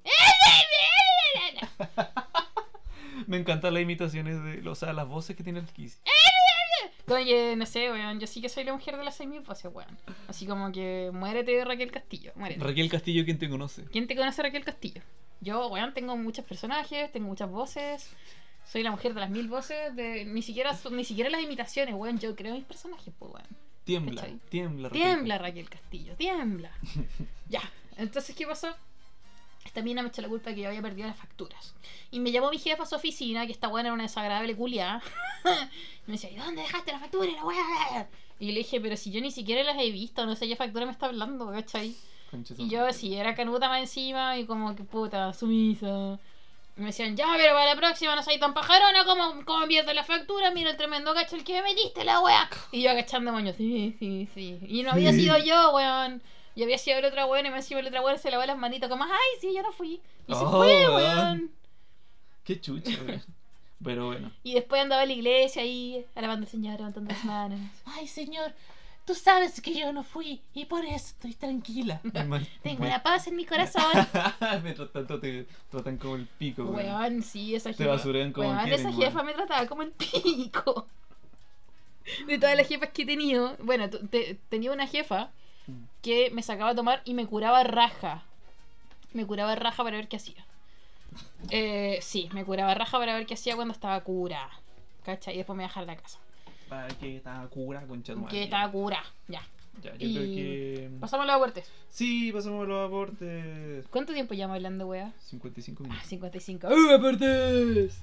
Me encantan las imitaciones de, o sea, las voces que tiene el Kiss. Oye, no sé, weón, yo sí que soy la mujer de las 6.000 voces, weón. Así como que muérete Raquel Castillo, muérete. Raquel Castillo, ¿quién te conoce? ¿Quién te conoce a Raquel Castillo? Yo, weón, tengo muchos personajes, tengo muchas voces. Soy la mujer de las 1.000 voces, ni siquiera las imitaciones, weón. Yo creo mis personajes, pues, weón. Tiembla, ¿Cachai? tiembla Raquel. Tiembla Raquel Castillo, tiembla. Ya, entonces, ¿qué pasó? Esta mina me echó la culpa de que yo había perdido las facturas. Y me llamó mi jefa a su oficina, que esta buena era una desagradable culia. Y me decía, ¿y dónde dejaste la factura? La weá. Y le dije, pero si yo ni siquiera las he visto, no sé qué factura me está hablando, ¿cachai? Concha Y su yo, madre. sí, era canuta más encima y como que puta, sumisa. Y me decían, ya, pero para la próxima no soy tan pajarona, como pierdo la factura, mira el tremendo cacho el que me metiste, la wea. Y yo agachando moño, sí. Y no había sido yo, weón. Y había sido la otra weón y me encima la otra weón se lavó las manitos como, ay, sí, yo no fui. Y se Oh, fue, weón. weón. Qué chucha, weón. Pero bueno. Y después andaba a la iglesia ahí, alabando al Señor, levantando las manos. Ay, señor, tú sabes que yo no fui y por eso estoy tranquila. Tengo una paz en mi corazón. Mientras tanto te tratan como el pico, weón. Weón, sí, esa Te jefa. basurean como Weón, quieren, esa weón. jefa me trataba como el pico. De todas las jefas que he tenido. Bueno, tenía una jefa que me sacaba a tomar y me curaba raja. Me curaba raja para ver qué hacía. Sí, me curaba raja para ver qué hacía cuando estaba cura. ¿Cachai? Y después me dejaba en la casa. Para que estaba cura, concha tu madre. Que estaba cura, ya. Ya, yo Y creo que. pasamos a los aportes. Sí, pasamos a los aportes. ¿Cuánto tiempo llevamos hablando, wea? 55 Ah, minutos. 55. ¡Aportes!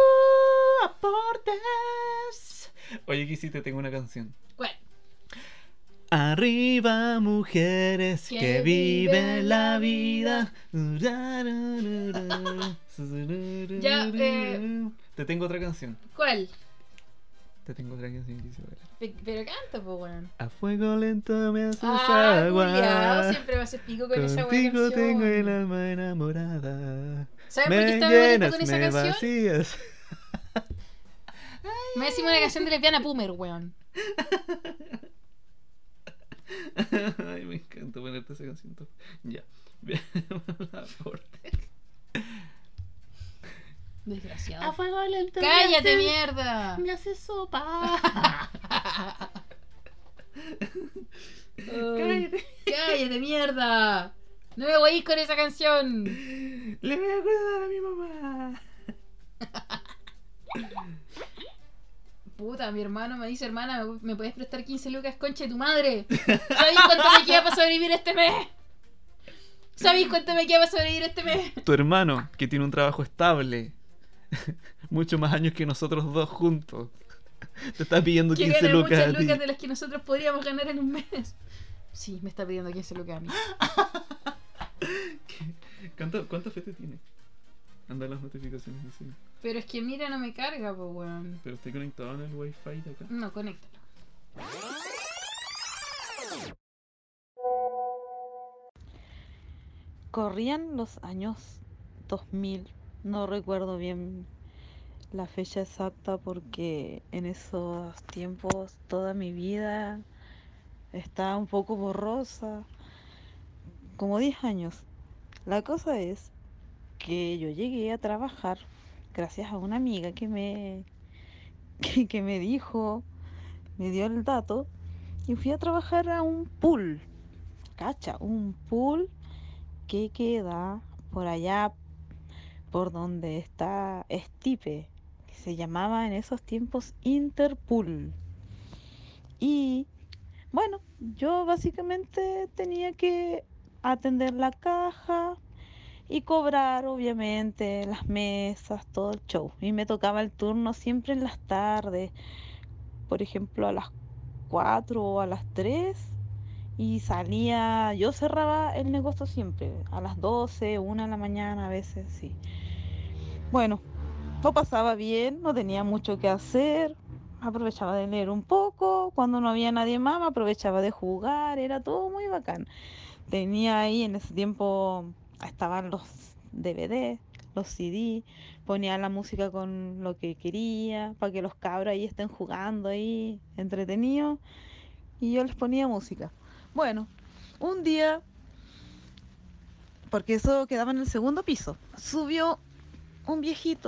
¡Aportes! Oye, ¿qué hiciste? Tengo una canción. ¿Cuál? Arriba, mujeres que viven la vida. Ya, Te tengo otra canción. ¿Cuál? Te tengo otra canción que hice bailar. Pero canta, pues, weón. A fuego lento me haces Ah, agua. culiao, siempre me haces pico con esa wea Contigo canción. tengo el alma enamorada. ¿Sabes por qué estaba bonita con esa me canción? vacías. Me decimos una canción de lesbiana Pumer, weón. Ay, me encanta ponerte esa canción. Ya. Bien, aporte. Desgraciado. fuego lento. ¡Cállate, mierda! Me hace sopa. Cállate. ¡Cállate, mierda! No me voy a ir con esa canción. Le voy a cuidar a mi mamá. Puta, mi hermano me dice, hermana, ¿me puedes prestar 15 lucas, concha de tu madre? ¿Sabéis cuánto me queda para sobrevivir este mes? ¿Sabéis cuánto me queda para sobrevivir este mes? Tu hermano, que tiene un trabajo estable, mucho más años que nosotros dos juntos, te está pidiendo Que 15 gana lucas muchas a ti. lucas de las que nosotros podríamos ganar en un mes. Sí, me está pidiendo 15 lucas a mí. ¿Cuánta fe te tiene? Anda las notificaciones así. Pero es que mira, no me carga, pues, weón. Pero estoy conectado en el wifi de acá. No, conéctalo. Corrían los años 2000, no recuerdo bien la fecha exacta porque en esos tiempos toda mi vida está un poco borrosa, como 10 años. La cosa es que yo llegué a trabajar gracias a una amiga que me dijo, me dio el dato y fui a trabajar a un pool, cacha, un pool que queda por allá por donde está Stipe, que se llamaba en esos tiempos Interpool. Y bueno, yo básicamente tenía que atender la caja y cobrar obviamente las mesas, todo el show. Y me tocaba el turno siempre en las tardes, por ejemplo a las 4 o a las 3. Y salía, yo cerraba el negocio siempre, a las 12, 1 de la mañana a veces, sí. Bueno, lo pasaba bien, no tenía mucho que hacer, aprovechaba de leer un poco, cuando no había nadie más me aprovechaba de jugar, era todo muy bacán. Tenía ahí en ese tiempo, estaban los DVD, los CD, ponía la música con lo que quería, para que los cabros ahí estén jugando ahí, entretenidos, y yo les ponía música. Bueno, un día, porque eso quedaba en el segundo piso, subió un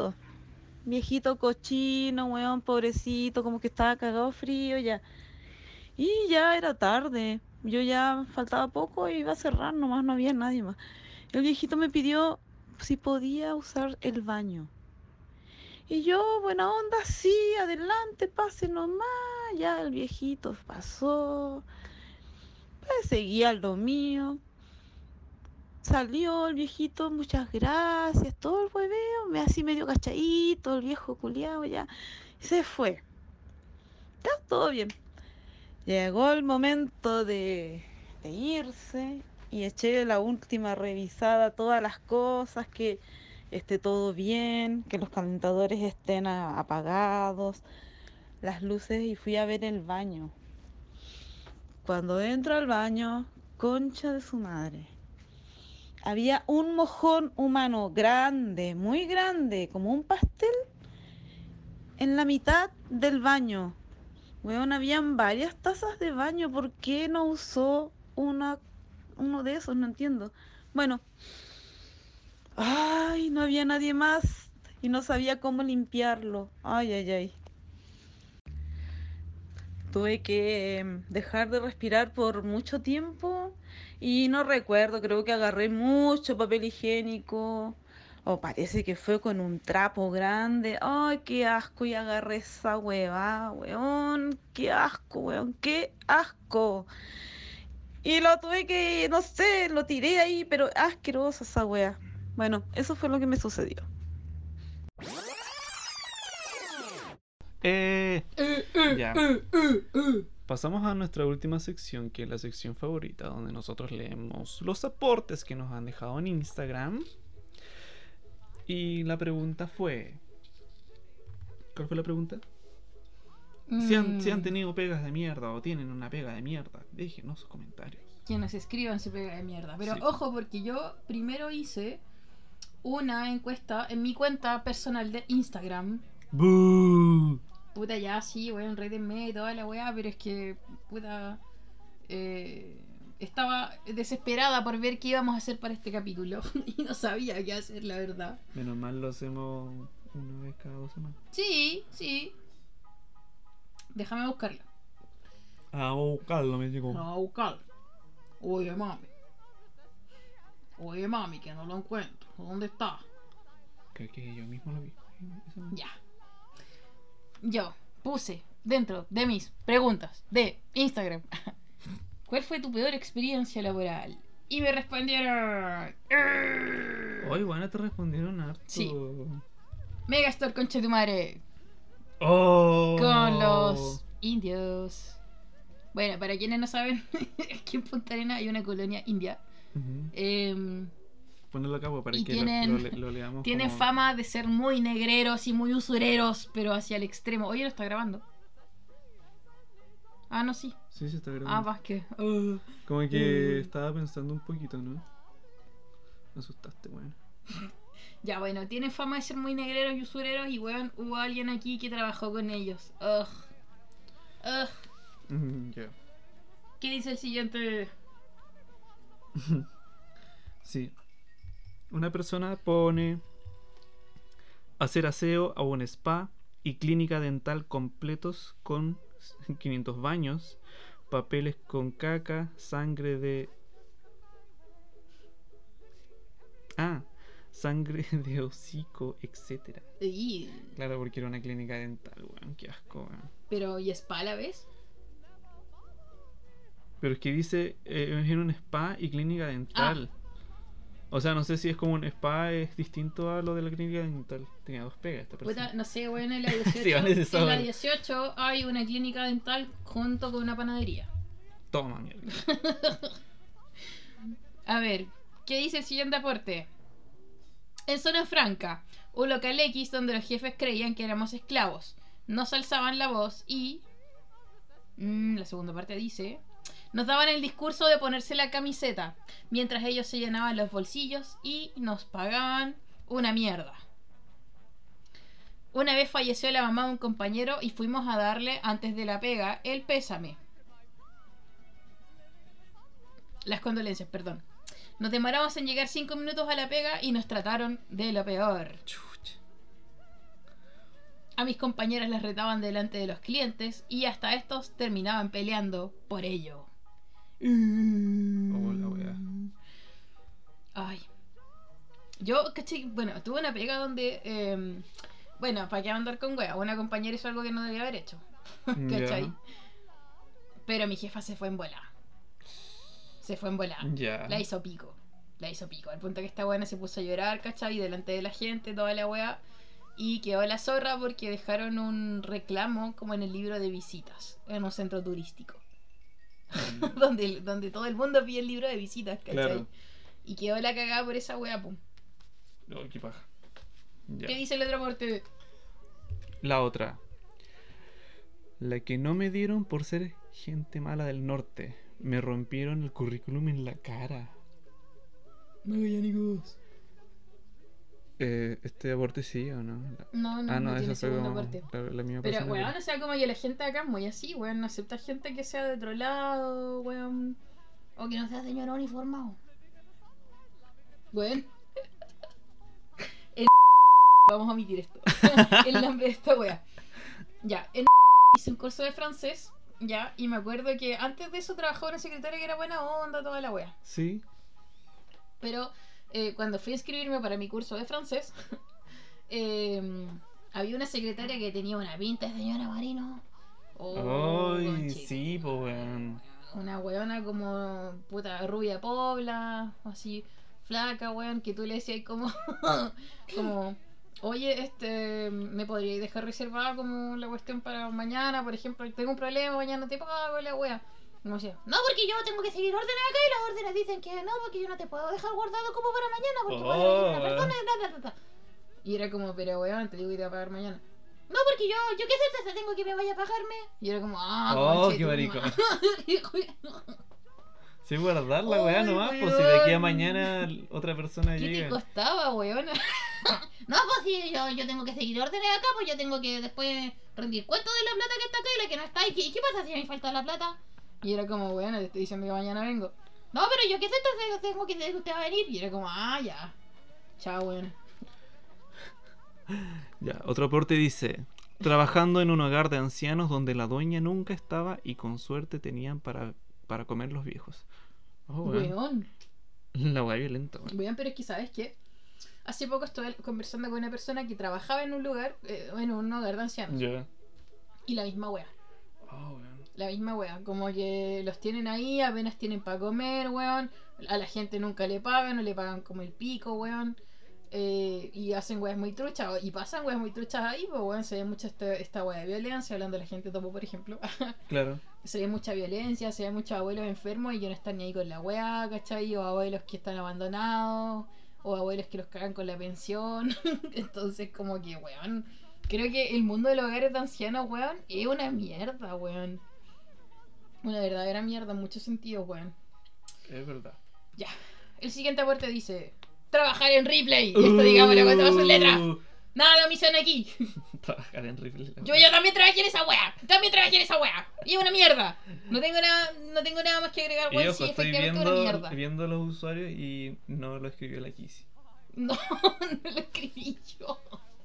viejito cochino, weón, pobrecito, como que estaba cagado frío ya. Y ya era tarde, yo ya faltaba poco y iba a cerrar, nomás no había nadie más. El viejito me pidió si podía usar el baño. Y yo, buena onda, sí, adelante, pase nomás. Ya el viejito pasó, pues seguía lo mío. Salió el viejito, muchas gracias, todo el hueveo, me así medio cachadito, el viejo culiao ya. Se fue. Ya, todo bien. Llegó el momento de irse y eché la última revisada a todas las cosas, que esté todo bien, que los calentadores estén apagados, las luces, y fui a ver el baño. Cuando entro al baño, concha de su madre. había un mojón humano grande, muy grande, como un pastel, en la mitad del baño. Weón, habían varias tazas de baño. ¿Por qué no usó uno de esos? No entiendo. Bueno, ay, no había nadie más y no sabía cómo limpiarlo. Ay, ay, ay. Tuve que dejar de respirar por mucho tiempo y no recuerdo, creo que agarré mucho papel higiénico o parece que fue con un trapo grande. Ay, qué asco, y agarré esa hueva, weón, qué asco, weón, qué asco. Y lo tuve que, no sé, lo tiré ahí, pero asquerosa esa wea. Bueno, eso fue lo que me sucedió. Ya. Pasamos a nuestra última sección, que es la sección favorita, donde nosotros leemos los aportes que nos han dejado en Instagram. Y la pregunta fue... ¿Cuál fue la pregunta? Si han tenido pegas de mierda o tienen una pega de mierda, déjenos sus comentarios. Que nos escriban su pega de mierda. Pero Sí. ojo, porque yo primero hice una encuesta en mi cuenta personal de Instagram. ¡Bú! Puta, ya sí, weón, rétenme y toda la weá, pero es que, puta, estaba desesperada por ver qué íbamos a hacer para este capítulo y no sabía qué hacer, la verdad. Menos mal lo hacemos una vez cada 2 semanas. Sí, sí. Déjame buscarla. Ah, vamos a buscarlo, me llegó. Vamos a buscarla. Oye, mami, que no lo encuentro. ¿Dónde está? Creo que yo mismo lo vi. Eso no. Ya. Yo puse dentro de mis preguntas de Instagram: ¿cuál fue tu peor experiencia laboral? Y me respondieron: Oye, bueno, te respondieron harto. Sí. Megastore, concha de tu madre. Oh. Con los indios. Bueno, para quienes no saben, aquí en Punta Arenas hay una colonia india. Ujú. Ponelo acá pues, para Y que tienen- lo leamos. Tienen como... fama de ser muy negreros y muy usureros, pero hacia el extremo. Oye, ¿no está grabando? Ah, no, sí. Sí, se está grabando. Ah, vas que... Como que estaba pensando un poquito, ¿no? Me asustaste, bueno. Ya, bueno, tienen fama de ser muy negreros y usureros. Y, weón, hubo alguien aquí que trabajó con ellos. Ugh. Ya. ¿Qué dice el siguiente? Sí. Una persona pone hacer aseo a un spa y clínica dental completos con 500 baños, papeles con caca, sangre de... sangre de hocico, etcétera. Y... Claro, porque era una clínica dental, weón, qué asco, weón. Pero, ¿y spa a la vez? Pero es que dice es en un spa y clínica dental. O sea, no sé si es como un spa, es distinto a lo de la clínica dental. Tenía 2 pegas esta persona. Puta, no sé, weón, en la 18, Sí, vale, eso, en la vale. 18 hay una clínica dental junto con una panadería. Toma, mierda. A ver, ¿qué dice el siguiente aporte? En Zona Franca, un local X donde los jefes creían que éramos esclavos. Nos alzaban la voz y... la segunda parte dice... Nos daban el discurso de ponerse la camiseta, mientras ellos se llenaban los bolsillos y nos pagaban una mierda. Una vez falleció la mamá de un compañero y fuimos a darle, antes de la pega, el pésame. Las condolencias, perdón. Nos demoramos en llegar 5 minutos a la pega y nos trataron de lo peor. Chucha. A mis compañeras les retaban delante de los clientes y hasta estos terminaban peleando por ello. Oh, la wea. Ay. Yo, caché, bueno, tuve una pega donde, bueno, para qué andar con wea, una compañera hizo algo que no debía haber hecho. ¿Cachai? Ya. Pero mi jefa se fue en bola. Se fue en bola. Ya. La hizo pico. Al punto que esta buena se puso a llorar, ¿cachai? Delante de la gente, toda la wea. Y quedó la zorra porque dejaron un reclamo como en el libro de visitas, en un centro turístico. donde todo el mundo pide el libro de visitas, ¿cachai? Claro. Y quedó la cagada por esa wea, pum. Oh, qué paja. Ya. ¿Qué dice el otro aporte? La otra. La que no me dieron por ser gente mala del norte. Me rompieron el currículum en la cara. Magallanicos. ¿Este aporte sí o no? No, no, Ah, no no, tiene eso fue segunda como parte. la misma Pero, persona. weón, o sea, como que la gente acá es muy así, weón. No acepta gente que sea de otro lado, weón. O que no sea señor uniformado. Weón. Vamos a omitir esto. El nombre de esta wea. Ya, hice un curso de francés, ya, y me acuerdo que antes de eso trabajaba una secretaria que era buena onda, toda la wea. Sí. Pero cuando fui a inscribirme para mi curso de francés, había una secretaria que tenía una pinta de señora Marino. Ay, conchito. sí, pues weón. Una weona como puta rubia pobla, así flaca, weón, que tú le decías como, como, oye, me podríais dejar reservada como la cuestión para mañana, por ejemplo, tengo un problema, mañana te pago la wea. No decía, No, porque yo tengo que seguir órdenes acá y las órdenes dicen que no, porque yo no te puedo dejar guardado como para mañana, porque puede venir una persona y bla, bla, bla, bla. y era como, pero weón, te digo que te voy a pagar mañana. No, porque yo qué certeza tengo que me vaya a pagarme. Y era como, Oh, conche qué tu marico. madre. Sí, guardar la weá Ay, nomás, pues si de aquí a weón. mañana otra persona ¿Qué te llega. costaba, weón? No, pues si yo tengo que seguir órdenes acá, pues yo tengo que después rendir cuentos de la plata que está acá y la que no está. ¿Y qué pasa si me falta la plata? Y era como, bueno, te estoy diciendo que mañana vengo. No, pero yo qué certeza tengo que usted va a venir. Y era como, ya. Chao, weón. Ya, otro aporte dice: trabajando en un hogar de ancianos donde la dueña nunca estaba y con suerte tenían para comer los viejos. Oh, weón. Weón. La weá violenta, weón. Weón, pero es que, ¿sabes qué? Hace poco estuve conversando con una persona que trabajaba en un lugar, en un hogar de ancianos. Ya. Y la misma wea. Oh, weón. La misma wea. Como que los tienen ahí, apenas tienen para comer, weón. A la gente nunca le pagan, no le pagan como el pico, weón. Y hacen weas muy truchas. Y pasan weas muy truchas ahí, pues weón. Se ve mucha esta wea de violencia, hablando de la gente topo, por ejemplo. Claro. Se ve mucha violencia, se ve muchos abuelos enfermos y que no están ni ahí con la wea, ¿cachai? O abuelos que están abandonados, o abuelos que los cagan con la pensión. Entonces, como que, weón, creo que el mundo de los hogares de ancianos, weón, es una mierda, weón. Una verdadera mierda en muchos sentidos, weón. Es verdad. Ya. El siguiente aporte dice: trabajar en Ripley. Y esto, digámoslo con todas sus letras. Nada de omisión aquí. Trabajar en rifle. Yo también trabajé en esa wea. También trabajé en esa wea. Y es una mierda. No tengo nada más que agregar, Y weón. ojo, Sí, estoy efectivamente es una mierda. viendo los usuarios y no lo escribió la Kissy. No, no lo escribí yo.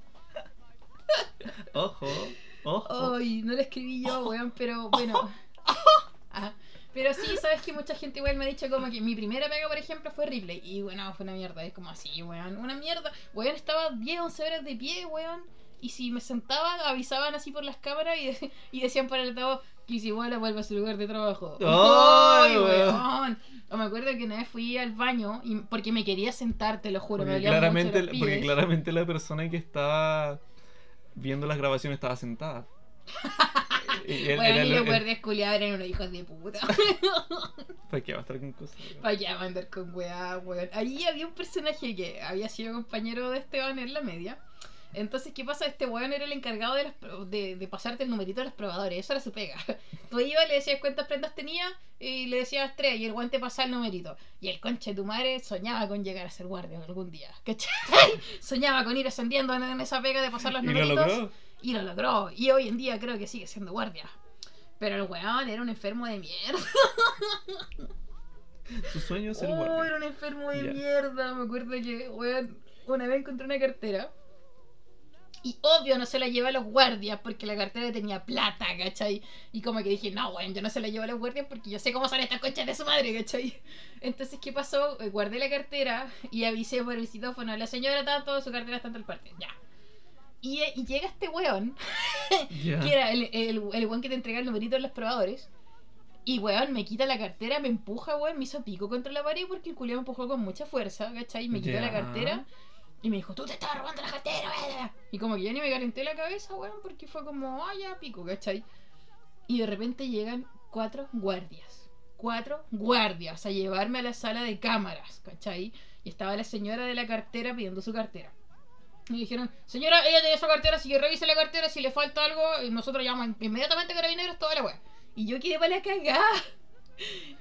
Ojo, ojo. Ay, no lo escribí yo, weón, pero bueno. Ah, pero sí, sabes que mucha gente igual me ha dicho como que mi primera pega, por ejemplo, fue Ripley. Y bueno, fue una mierda. Es como así, weón. Una mierda. Weón, estaba 10, 11 horas de pie, weón. Y si me sentaba, avisaban así por las cámaras y decían por el altavoz: Kissy Walla vuelve a su lugar de trabajo. ¡Ay, ¡Ay, weón! weón! O me acuerdo que una vez fui al baño porque me quería sentar, te lo juro. Me Porque dolían mucho los porque pies. claramente la persona que estaba viendo las grabaciones estaba sentada. Bueno, y los guardias culiados eran unos hijos de puta. ¿Para qué va a estar con cosas? Weón? Para allá mandar con weá, weón. Ahí había un personaje que había sido compañero de Esteban en la media. Entonces, ¿qué pasa? Este weón era el encargado de pasarte el numerito de los probadores. Eso era su pega. Tú ibas, le decías cuántas prendas tenía y le decías 3 y el weón te pasaba el numerito. Y el concha de tu madre soñaba con llegar a ser guardia algún día. ¿Cachai? Soñaba con ir ascendiendo en esa pega de pasar los ¿Y lo numeritos. logró? Y lo logró. Y hoy en día creo que sigue siendo guardia. Pero el weón era un enfermo de mierda. Su sueño es ser Oh, guardia. era un enfermo de Ya. mierda. Me acuerdo que, weón, una vez encontré una cartera. Y obvio no se la llevé a los guardias porque la cartera tenía plata, ¿cachai? Y como que dije, no, weón, yo no se la llevo a los guardias porque yo sé cómo son estas conchas de su madre, ¿cachai? Entonces, ¿qué pasó? Guardé la cartera y avisé por el citófono: la señora tanto, su cartera está en tal parte. Ya. Y llega este weón, Ya. que era el weón que te entrega el numerito en los probadores. Y weón, me quita la cartera, me empuja, weón, me hizo pico contra la pared porque el culiao me empujó con mucha fuerza, ¿cachai? Me quitó Ya. la cartera y me dijo: tú te estás robando la cartera, weón. Y como que yo ni me calenté la cabeza, weón, porque fue como, ya, pico, ¿cachai? Y de repente llegan 4 guardias. 4 guardias a llevarme a la sala de cámaras, ¿cachai? Y estaba la señora de la cartera pidiendo su cartera. Me dijeron: señora, ella tiene su cartera, así que revise la cartera, si le falta algo, y nosotros llamamos inmediatamente a carabineros, toda la weá. Y yo quedé para la cagada.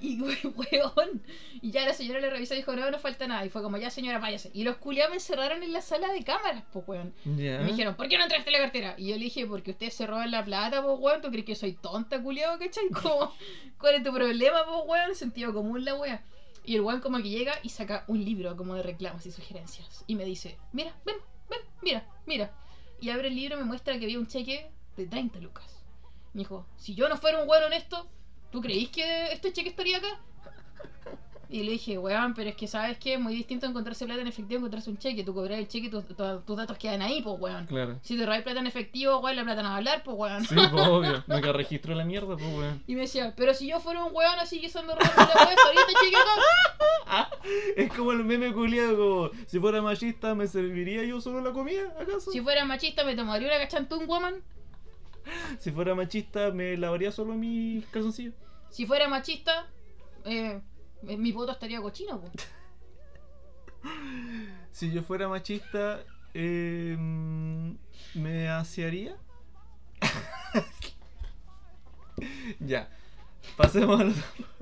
Y weón, y ya la señora le revisó y dijo, no falta nada. Y fue como, ya señora, váyase. Y los culiados me encerraron en la sala de cámaras, pues weón. Ya. Y me dijeron, ¿por qué no entraste en la cartera? Y yo le dije, porque ustedes se roban la plata, pues weón. ¿Tú crees que soy tonta, culiado, cachai? Como, ¿cuál es tu problema, pues weón? Sentido común la wea. Y el weón como que llega y saca un libro como de reclamos y sugerencias. Y me dice, mira, ven, mira. Y abre el libro y me muestra que había un cheque de 30 lucas. Me dijo, si yo no fuera un weón honesto, ¿tú creís que este cheque estaría acá? Y le dije, weón, pero es que sabes que es muy distinto encontrarse plata en efectivo a encontrarse un cheque. Tú cobras el cheque y tus datos quedan ahí, pues weón. Claro. Si te robas plata en efectivo, weón, la plata no va a hablar, pues weón. Sí, pues obvio. No que registro la mierda, pues weón. Y me decía, pero si yo fuera un weón así que se ando robando la weón, ¿estaría este cheque acá? Es como el meme culiado, como si fuera machista, ¿me serviría yo solo la comida, acaso? Si fuera machista, me tomaría una cachantún, woman. Si fuera machista, ¿me lavaría solo mis calzoncillos? Si fuera machista, mi poto estaría cochino, pues. Si yo fuera machista, ¿me asearía? Ya. Pasemos a los...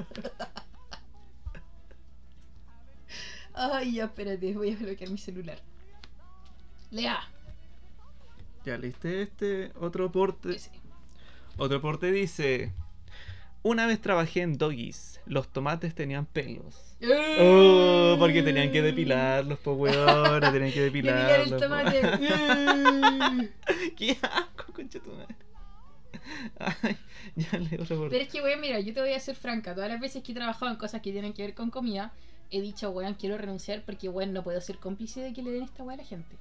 Ay, ya, espérate, voy a bloquear mi celular. Lea. Ya, ¿leíste este? Otro aporte. Ese. Otro aporte dice: una vez trabajé en Doggies. Los tomates tenían pelos. Oh, porque tenían que depilarlos, po weón. Tenían que Depilar depilarlos. el tomate. Qué asco, concha tu madre. Ay, ya leo otro aporte. Pero es que, weón, mira, yo te voy a ser franca. Todas las veces que he trabajado en cosas que tienen que ver con comida, he dicho, weón, quiero renunciar porque, weón, no puedo ser cómplice de que le den esta weá a la gente.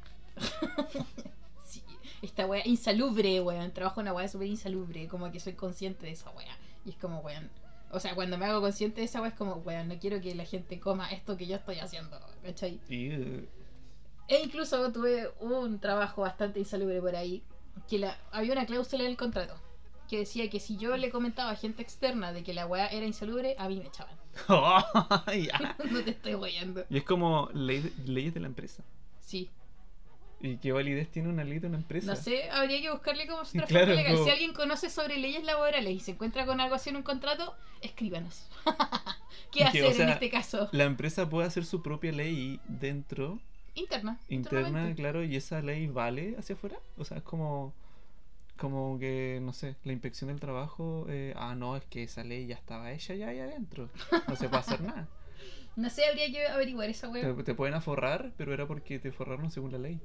Sí, esta weá insalubre, weón. Trabajo en una weá súper insalubre. Como que soy consciente de esa weá. Y es como, weón. O sea, cuando me hago consciente de esa weá es como, weón, no quiero que la gente coma esto que yo estoy haciendo, ¿cachai? Ew. E incluso tuve un trabajo bastante insalubre por ahí. Que había una cláusula en el contrato que decía que si yo le comentaba a gente externa de que la weá era insalubre, a mí me echaban. Ya. No te estoy weyando. Y es como leyes de la empresa. Sí. ¿Y qué validez tiene una ley de una empresa? No sé, habría que buscarle como su Claro, trasfondo legal. como- Si alguien conoce sobre leyes laborales y se encuentra con algo así en un contrato, escríbanos. ¿Qué Que, hacer o sea, en este caso? La empresa puede hacer su propia ley dentro, Interna. interna, internamente. claro, y esa ley vale hacia afuera. O sea, es como que, no sé, la inspección del trabajo, no, es que esa ley ya estaba hecha ya ahí adentro. No se puede hacer nada. No sé, habría que averiguar esa weá. Te pueden aforrar, pero era porque te forraron según la ley.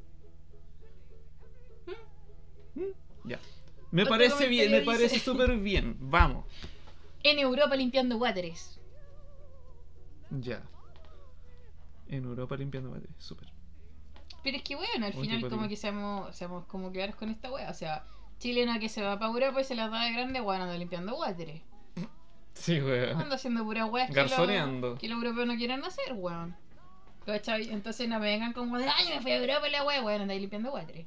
Ya. Me Otro parece bien, me comentario parece dice- súper bien. Vamos. En Europa limpiando wateres. Ya. En Europa limpiando madre. Súper. Pero es que bueno, al Muy final simpático. como que seamos como claros con esta wea. O sea, chilena que se va para Europa y se las da de grande, bueno, anda limpiando wateres. Sí, weón. Anda haciendo pura weas Garzoneando. que los europeos no quieren hacer, weón. ¿Cachai? Entonces no me vengan como de, ay, me fui a Europa y la wea, weón, anda ahí limpiando wateres.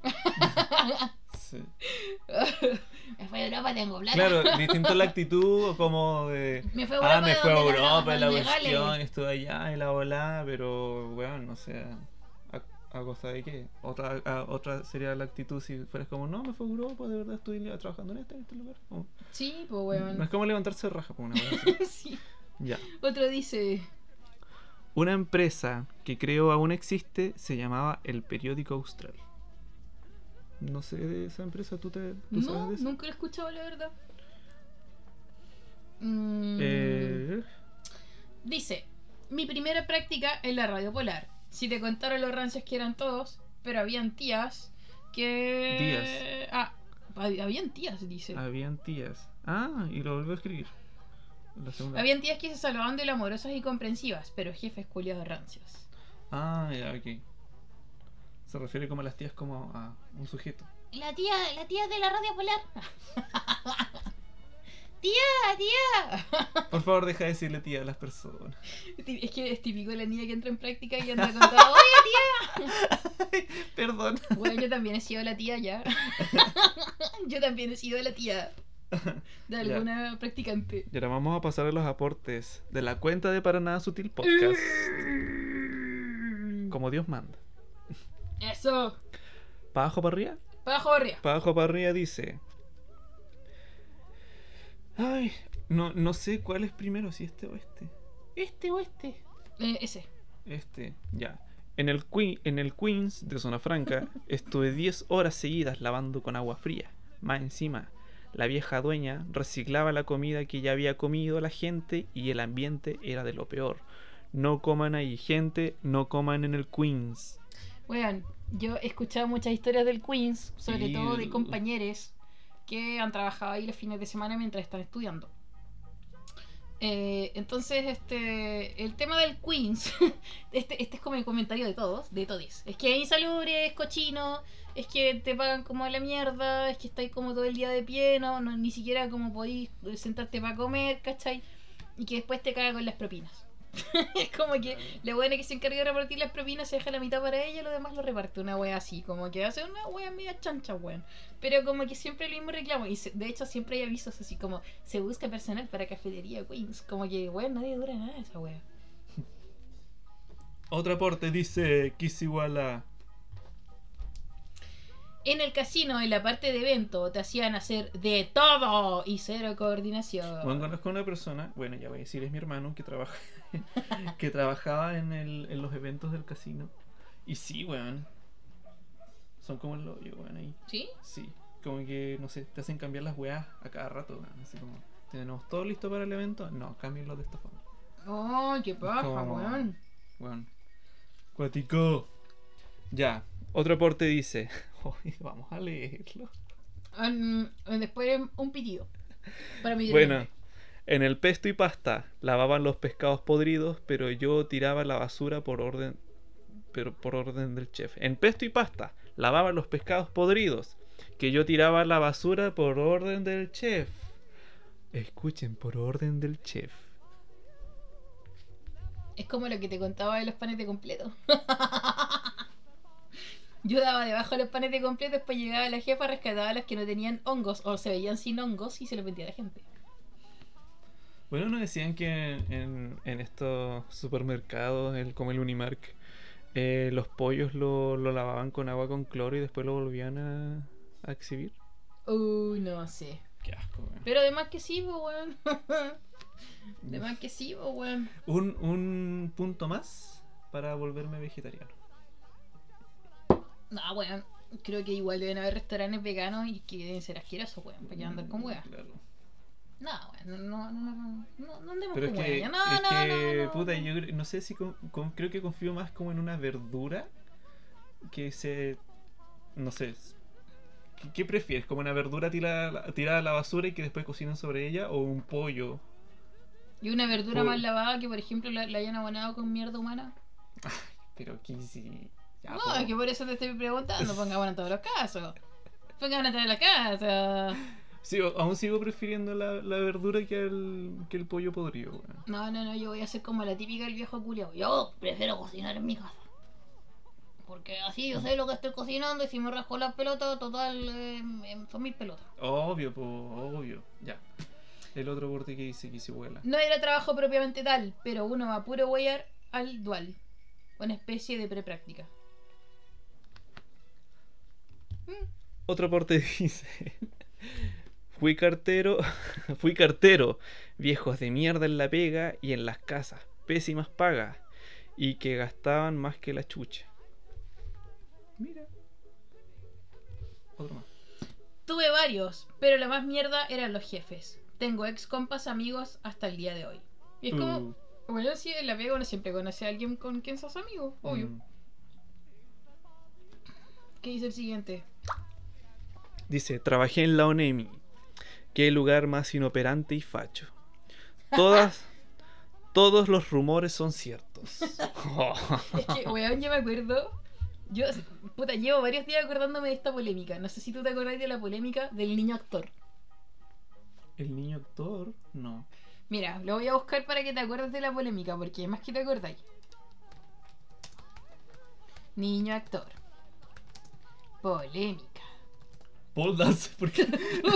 Sí. Me fui a Europa, tengo plata. Claro, distinto la actitud como de... Me fui a Europa, me fue a donde Europa y la donde legales. cuestión, estuve allá y la volá, pero, weón, no sé, ¿a costa de qué? Otra sería la actitud si fueras como, no, me fue a Europa, de verdad estoy trabajando en este lugar. Como, Sí, pues no weón. es como levantarse de raja, pues una weón así. Sí. Ya. Otro dice, Una empresa que creo aún existe se llamaba El Periódico Austral. No sé de esa empresa, ¿tú sabes no, de eso? nunca lo he escuchado, la verdad. Dice, mi primera práctica en la Radio Polar. Si te contaron los rancios que eran todos, pero habían tías que... habían tías, dice. Habían tías. Y lo volvió a escribir. La segunda. Habían tías que se salvaban de lo amorosas y comprensivas, pero jefes culiados rancios. Ya, ok. Se refiere como a las tías como a un sujeto. La tía de la radio polar. ¡Tía! Por favor, deja de decirle tía a las personas. Es que es típico la niña que entra en práctica y anda con todo. ¡Oye, Perdón. tía! Bueno, yo también he sido la tía ya. Yo también he sido la tía de alguna practicante. Y ahora vamos a pasar a los aportes de la cuenta de Para Nada Sutil Podcast. Como Dios manda. Eso. ¿Para abajo, para arriba? Para abajo, arriba. Para abajo, para arriba dice... No sé cuál es primero, si este o este. ¿Este o este? Ese. Este, ya. En el Queens de Zona Franca estuve 10 horas seguidas lavando con agua fría. Más encima, la vieja dueña reciclaba la comida que ya había comido la gente y el ambiente era de lo peor. No coman ahí, gente, no coman en el Queens. Weón, yo he escuchado muchas historias del Queens, sobre Y- todo de compañeros que han trabajado ahí los fines de semana mientras están estudiando. Entonces, el tema del Queens, este es como el comentario de todos, de todis. Es que es insalubre, es cochino, es que te pagan como a la mierda, es que estáis como todo el día de pie, ni siquiera como podéis sentarte para comer, ¿cachai? Y que después te caga con las propinas. Es como que la buena que se encarga de repartir las propinas se deja la mitad para ella y lo demás lo reparte. Una wea así, como que hace una wea media chancha, weón. Pero como que siempre el mismo reclamo. Y de hecho siempre hay avisos así como se busca personal para cafetería Queens. Como que, weón, nadie dura nada de esa wea. Otro aporte dice Kiss igual a... En el casino, en la parte de evento, te hacían hacer de todo y cero coordinación. Bueno, conozco a una persona, bueno, ya voy a decir, es mi hermano que trabaja que trabajaba en los eventos del casino. Y sí, weón. Son como el hoyo, weón, ahí. ¿Sí? Sí, como que, no sé, te hacen cambiar las weas a cada rato, weón. Así como, ¿tenemos todo listo para el evento? No, cámbienlo de esta forma. Oh, qué paja, Como- weón. Weón. Cuático. Ya, otro aporte dice... Uy, vamos a leerlo. Después un pitido. Para mi Bueno, en el pesto y pasta lavaban los pescados podridos, pero yo tiraba la basura por orden del chef. En pesto y pasta lavaban los pescados podridos, que yo tiraba la basura por orden del chef. Escuchen, por orden del chef. Es como lo que te contaba de los panes de completo. Yo daba debajo los panes de completo, después llegaba la jefa, rescataba los que no tenían hongos o se veían sin hongos y se los vendía a la gente. Bueno, nos decían que en estos supermercados, como el Unimark, los pollos lo lavaban con agua con cloro y después lo volvían a exhibir. Uy, no sé. Qué asco, weón. Pero además que sí, pues, weón. Además que sí, pues, weón. Un punto más para volverme vegetariano. No, weón. Creo que igual deben haber restaurantes veganos y que deben ser asquerosos, weón, para que andar con weas. Claro. No, weón, no andemos Pero es con que, weas. No. puta, yo no sé si creo que confío más como en una verdura que no sé. ¿Qué prefieres? ¿Como una verdura tirada a la basura y que después cocinan sobre ella? ¿O un pollo? Y una verdura Por- más lavada que, por ejemplo, la hayan abonado con mierda humana. Pero que si... ya, No, po. es que por eso te estoy preguntando. Pongámonos en todos los casos. Pongámonos en todas las casas. Sí, aún sigo prefiriendo la verdura que el pollo podrido, weón. No, yo voy a ser como la típica del viejo culiao. Yo prefiero cocinar en mi casa. Porque así yo sé lo que estoy cocinando y si me rasco las pelotas, total, son mis pelotas. Obvio, obvio. Ya. El otro aporte que dice que se vuela. No era trabajo propiamente tal, pero uno va a puro huellar al dual. Una especie de prepráctica. Otro aporte dice: fui cartero, viejos de mierda en la pega y en las casas, pésimas pagas, y que gastaban más que la chucha. Mira. Otro más. Tuve varios, pero la más mierda eran los jefes. Tengo ex compas amigos hasta el día de hoy. Y es como, bueno, si en la pega uno siempre conoce a alguien con quien sos amigo, obvio. ¿Qué dice el siguiente? Dice: trabajé en la ONEMI. Qué lugar más inoperante y facho. Todos los rumores son ciertos. Es que, weón, yo me acuerdo. Yo, puta, llevo varios días acordándome de esta polémica. No sé si tú te acordás de la polémica del niño actor. ¿El niño actor? No. Mira, lo voy a buscar para que te acuerdes de la polémica, porque más que te acordáis. Niño actor. Polémica. Paul Dance, ¿por qué?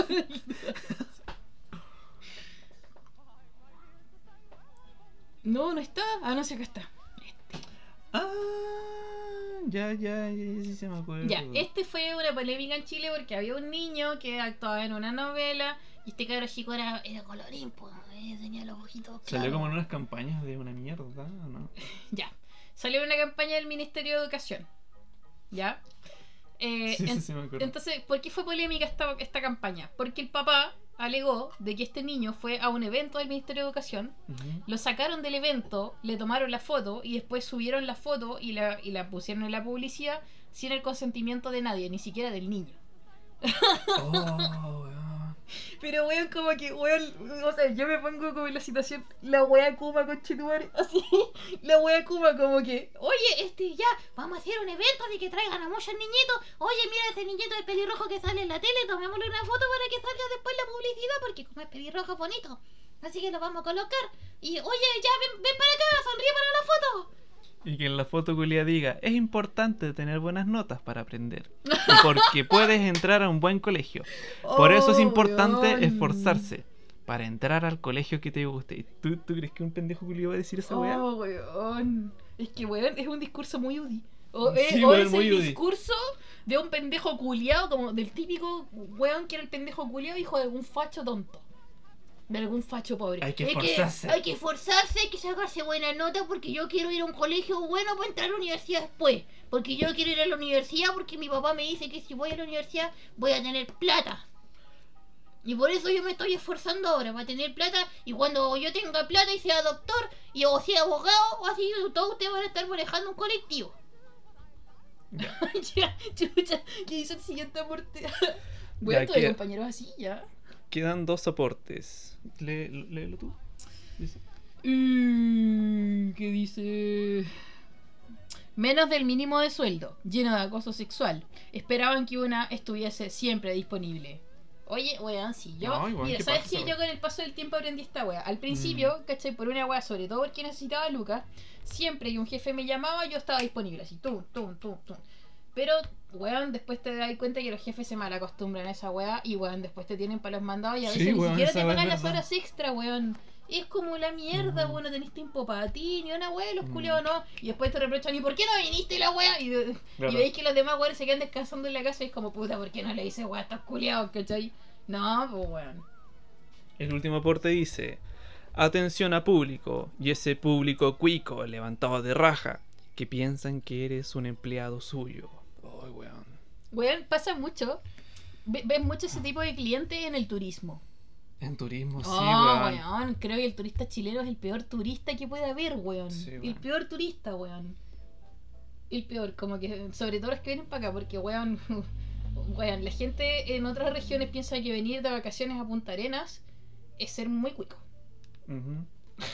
No está. Ah, no sé, acá está. Ah, ya, sí se me acuerdo. Ya, fue una polémica en Chile porque había un niño que actuaba en una novela y este cabro chico era Era colorín, pues. me tenía los ojitos Salió claros. como en unas campañas de una mierda, ¿no? Ya. Salió una campaña del Ministerio de Educación. ¿Ya? Sí, me acuerdo. Entonces, ¿por qué fue polémica esta campaña? Porque el papá alegó de que este niño fue a un evento del Ministerio de Educación, Ujú. lo sacaron del evento, le tomaron la foto y después subieron la foto y la pusieron en la publicidad sin el consentimiento de nadie, ni siquiera del niño. Oh, weón. Pero weón, como que, weón, o sea, yo me pongo como en la situación, la wea Kuma con Chetumare, así, la wea Kuma como que, Oye, ya, vamos a hacer un evento de que traigan a muchos niñitos. Oye, mira ese niñito de pelirrojo que sale en la tele, tomémosle una foto para que salga después la publicidad, porque como es pelirrojo es bonito. Así que lo vamos a colocar. Y oye, ya, ven para acá, sonríe para la foto. Y que en la foto culia diga, es importante tener buenas notas para aprender. Y porque puedes entrar a un buen colegio. Por eso es Oh, importante weón. esforzarse para entrar al colegio que te guste. ¿Tú crees que un pendejo culiao va a decir esa weá? Oh, weón. Es que, weón, es un discurso muy UDI. Sí, O weón, es muy el UDI. discurso de un pendejo culiado, como del típico weón que era el pendejo culiado, hijo de algún facho tonto. De algún facho pobre. Hay que Hay esforzarse. hay que esforzarse, hay que sacarse buenas notas porque yo quiero ir a un colegio bueno para entrar a la universidad después. Porque yo quiero ir a la universidad porque mi papá me dice que si voy a la universidad voy a tener plata. Y por eso yo me estoy esforzando ahora para tener plata. Y cuando yo tenga plata y sea doctor y o sea abogado, o así todos ustedes van a estar manejando un colectivo. Ya. Ya, chucha, ¿qué hizo el siguiente aporte? Bueno, Ya, todos ¿qué? compañeros así, ya. Quedan 2 aportes. Léelo tú. Dice. ¿Qué dice? Menos del mínimo de sueldo, lleno de acoso sexual. Esperaban que una estuviese siempre disponible. Oye, weón, sí, yo. Ay, weón, mira, ¿qué ¿sabes pasa, qué? weón? Yo con el paso del tiempo aprendí esta wea. Al principio, ¿cachai? Por una wea, sobre todo porque necesitaba lucas, siempre que un jefe me llamaba, yo estaba disponible, así, tú. Pero, weón, después te das cuenta que los jefes se malacostumbran a esa wea y, weón, después te tienen para los mandados y a Sí, veces ni weón, siquiera esa te wea es pagan las verdad. horas extra, weón. Es como la mierda, weón, no tenés tiempo para ti, ni una wea, los culiados no. Y después te reprochan, ¿y por qué no viniste la wea? Y Claro. veis que los demás weones se quedan descansando en la casa y es como, puta, ¿por qué no le hice wea a estos culiados, cachai? No, pues weón. El último aporte dice: atención a público, y ese público cuico levantado de raja, que piensan que eres un empleado suyo. Ay, weón. Weón, pasa mucho. Ves mucho ese tipo de clientes en el turismo. En turismo, sí, Oh, weón. weón, creo que el turista chileno es el peor turista que puede haber, weón. Sí, El weón. peor turista, weón. El peor, como que, sobre todo los que vienen para acá, porque, weón, weón, la gente en otras regiones piensa que venir de vacaciones a Punta Arenas es ser muy cuico. Ujú.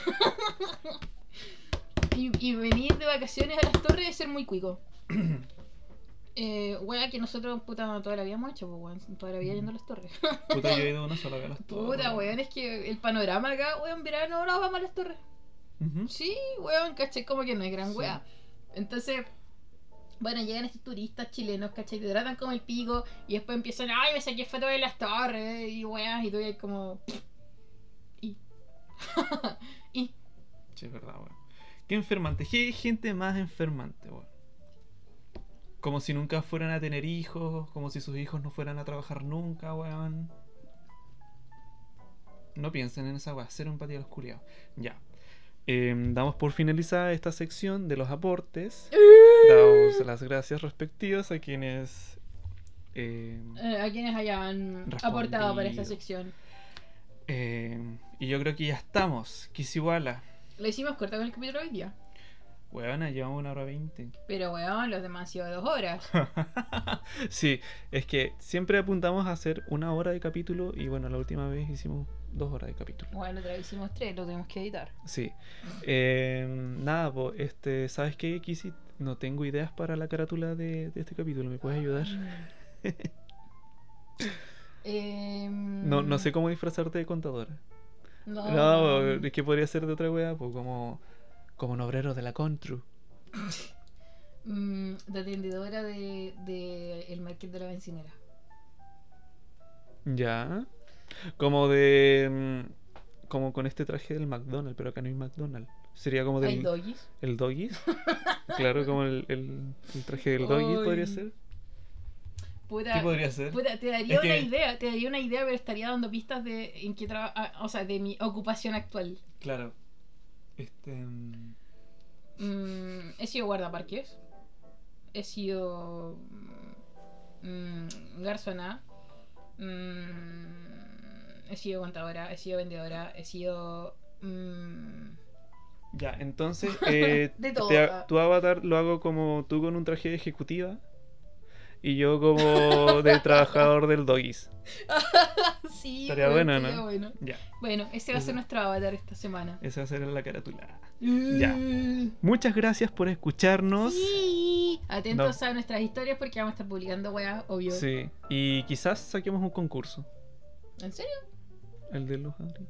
Y venir de vacaciones a las torres es ser muy cuico. Weón, que nosotros, puta, toda la vida hemos hecho, pues, weón, toda la vida yendo a las torres. Puta, yo he ido una sola vez a las torres. Puta, weón, es que el panorama acá, weón, verano, ahora vamos a las torres. Ujú. Sí, weón, caché, como que no hay gran Sí. weá. Entonces, bueno, llegan estos turistas chilenos, caché, te tratan como el pico y después empiezan, ay, me saqué fotos de las torres y weas, y tú ahí como. Y. y. Sí, es verdad, weón. Qué enfermante. Qué gente más enfermante, weón. Como si nunca fueran a tener hijos, como si sus hijos no fueran a trabajar nunca, weón. No piensen en esa weá, cero empatía a los culiados. Ya. Damos por finalizada esta sección de los aportes. Damos las gracias respectivas a quienes A quienes hayan aportado para esta Respondido. sección. y yo creo que ya estamos. Kisiguala. Lo hicimos corta con el capítulo de hoy día. Weona, llevamos 1 hora 20. Pero weón, los demás han sido 2 horas. Sí, es que siempre apuntamos a hacer 1 hora de capítulo y bueno, la última vez hicimos 2 horas de capítulo. Bueno, otra vez hicimos 3, lo tenemos que editar. Sí. Nada, pues, ¿sabes qué, Kisi? No tengo ideas para la carátula de este capítulo. ¿Me puedes ayudar? No sé cómo disfrazarte de contadora. No, es que podría ser de otra wea, pues como un obrero de la Contru. De atendedora de el market de la bencinera. Ya. Como con este traje del McDonald's, pero acá no hay McDonald's. Sería como Hay del doggies. el Doggies. Claro, como el traje del Doggies Ay. podría ser. Puta, ¿Qué podría ser? puta, te daría Es una que- idea, pero estaría dando pistas de en qué o sea, de mi ocupación actual. Claro. He sido guardaparques. He sido garzona. He sido contadora, he sido vendedora, he sido Ya, entonces, De todo. tu avatar lo hago como tú con un traje de ejecutiva y yo como de trabajador del Doggies. sí, Estaría bueno, bueno, estaría ¿no? bueno. Ya, Bueno, ese va a ser Eso. nuestro avatar esta semana. esa va a ser la carátula. Ya. Muchas gracias por escucharnos. Sí. Atentos a nuestras historias porque vamos a estar publicando weas, obvio. Sí, y quizás saquemos un concurso. ¿En serio? El de los Adri.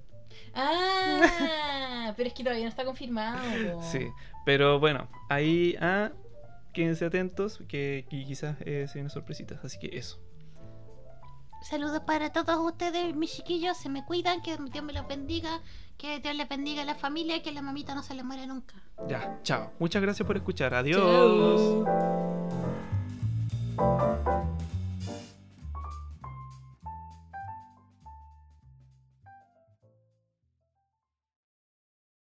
Ah, pero es que todavía no está confirmado. po. Sí, pero bueno, ahí quédense atentos que quizás se vienen sorpresitas, así que eso. Saludos para todos ustedes, mis chiquillos. Se me cuidan, que Dios me los bendiga. Que Dios les bendiga a la familia, que la mamita no se le muera nunca. Ya, chao. Muchas gracias por escuchar. Adiós. Chao.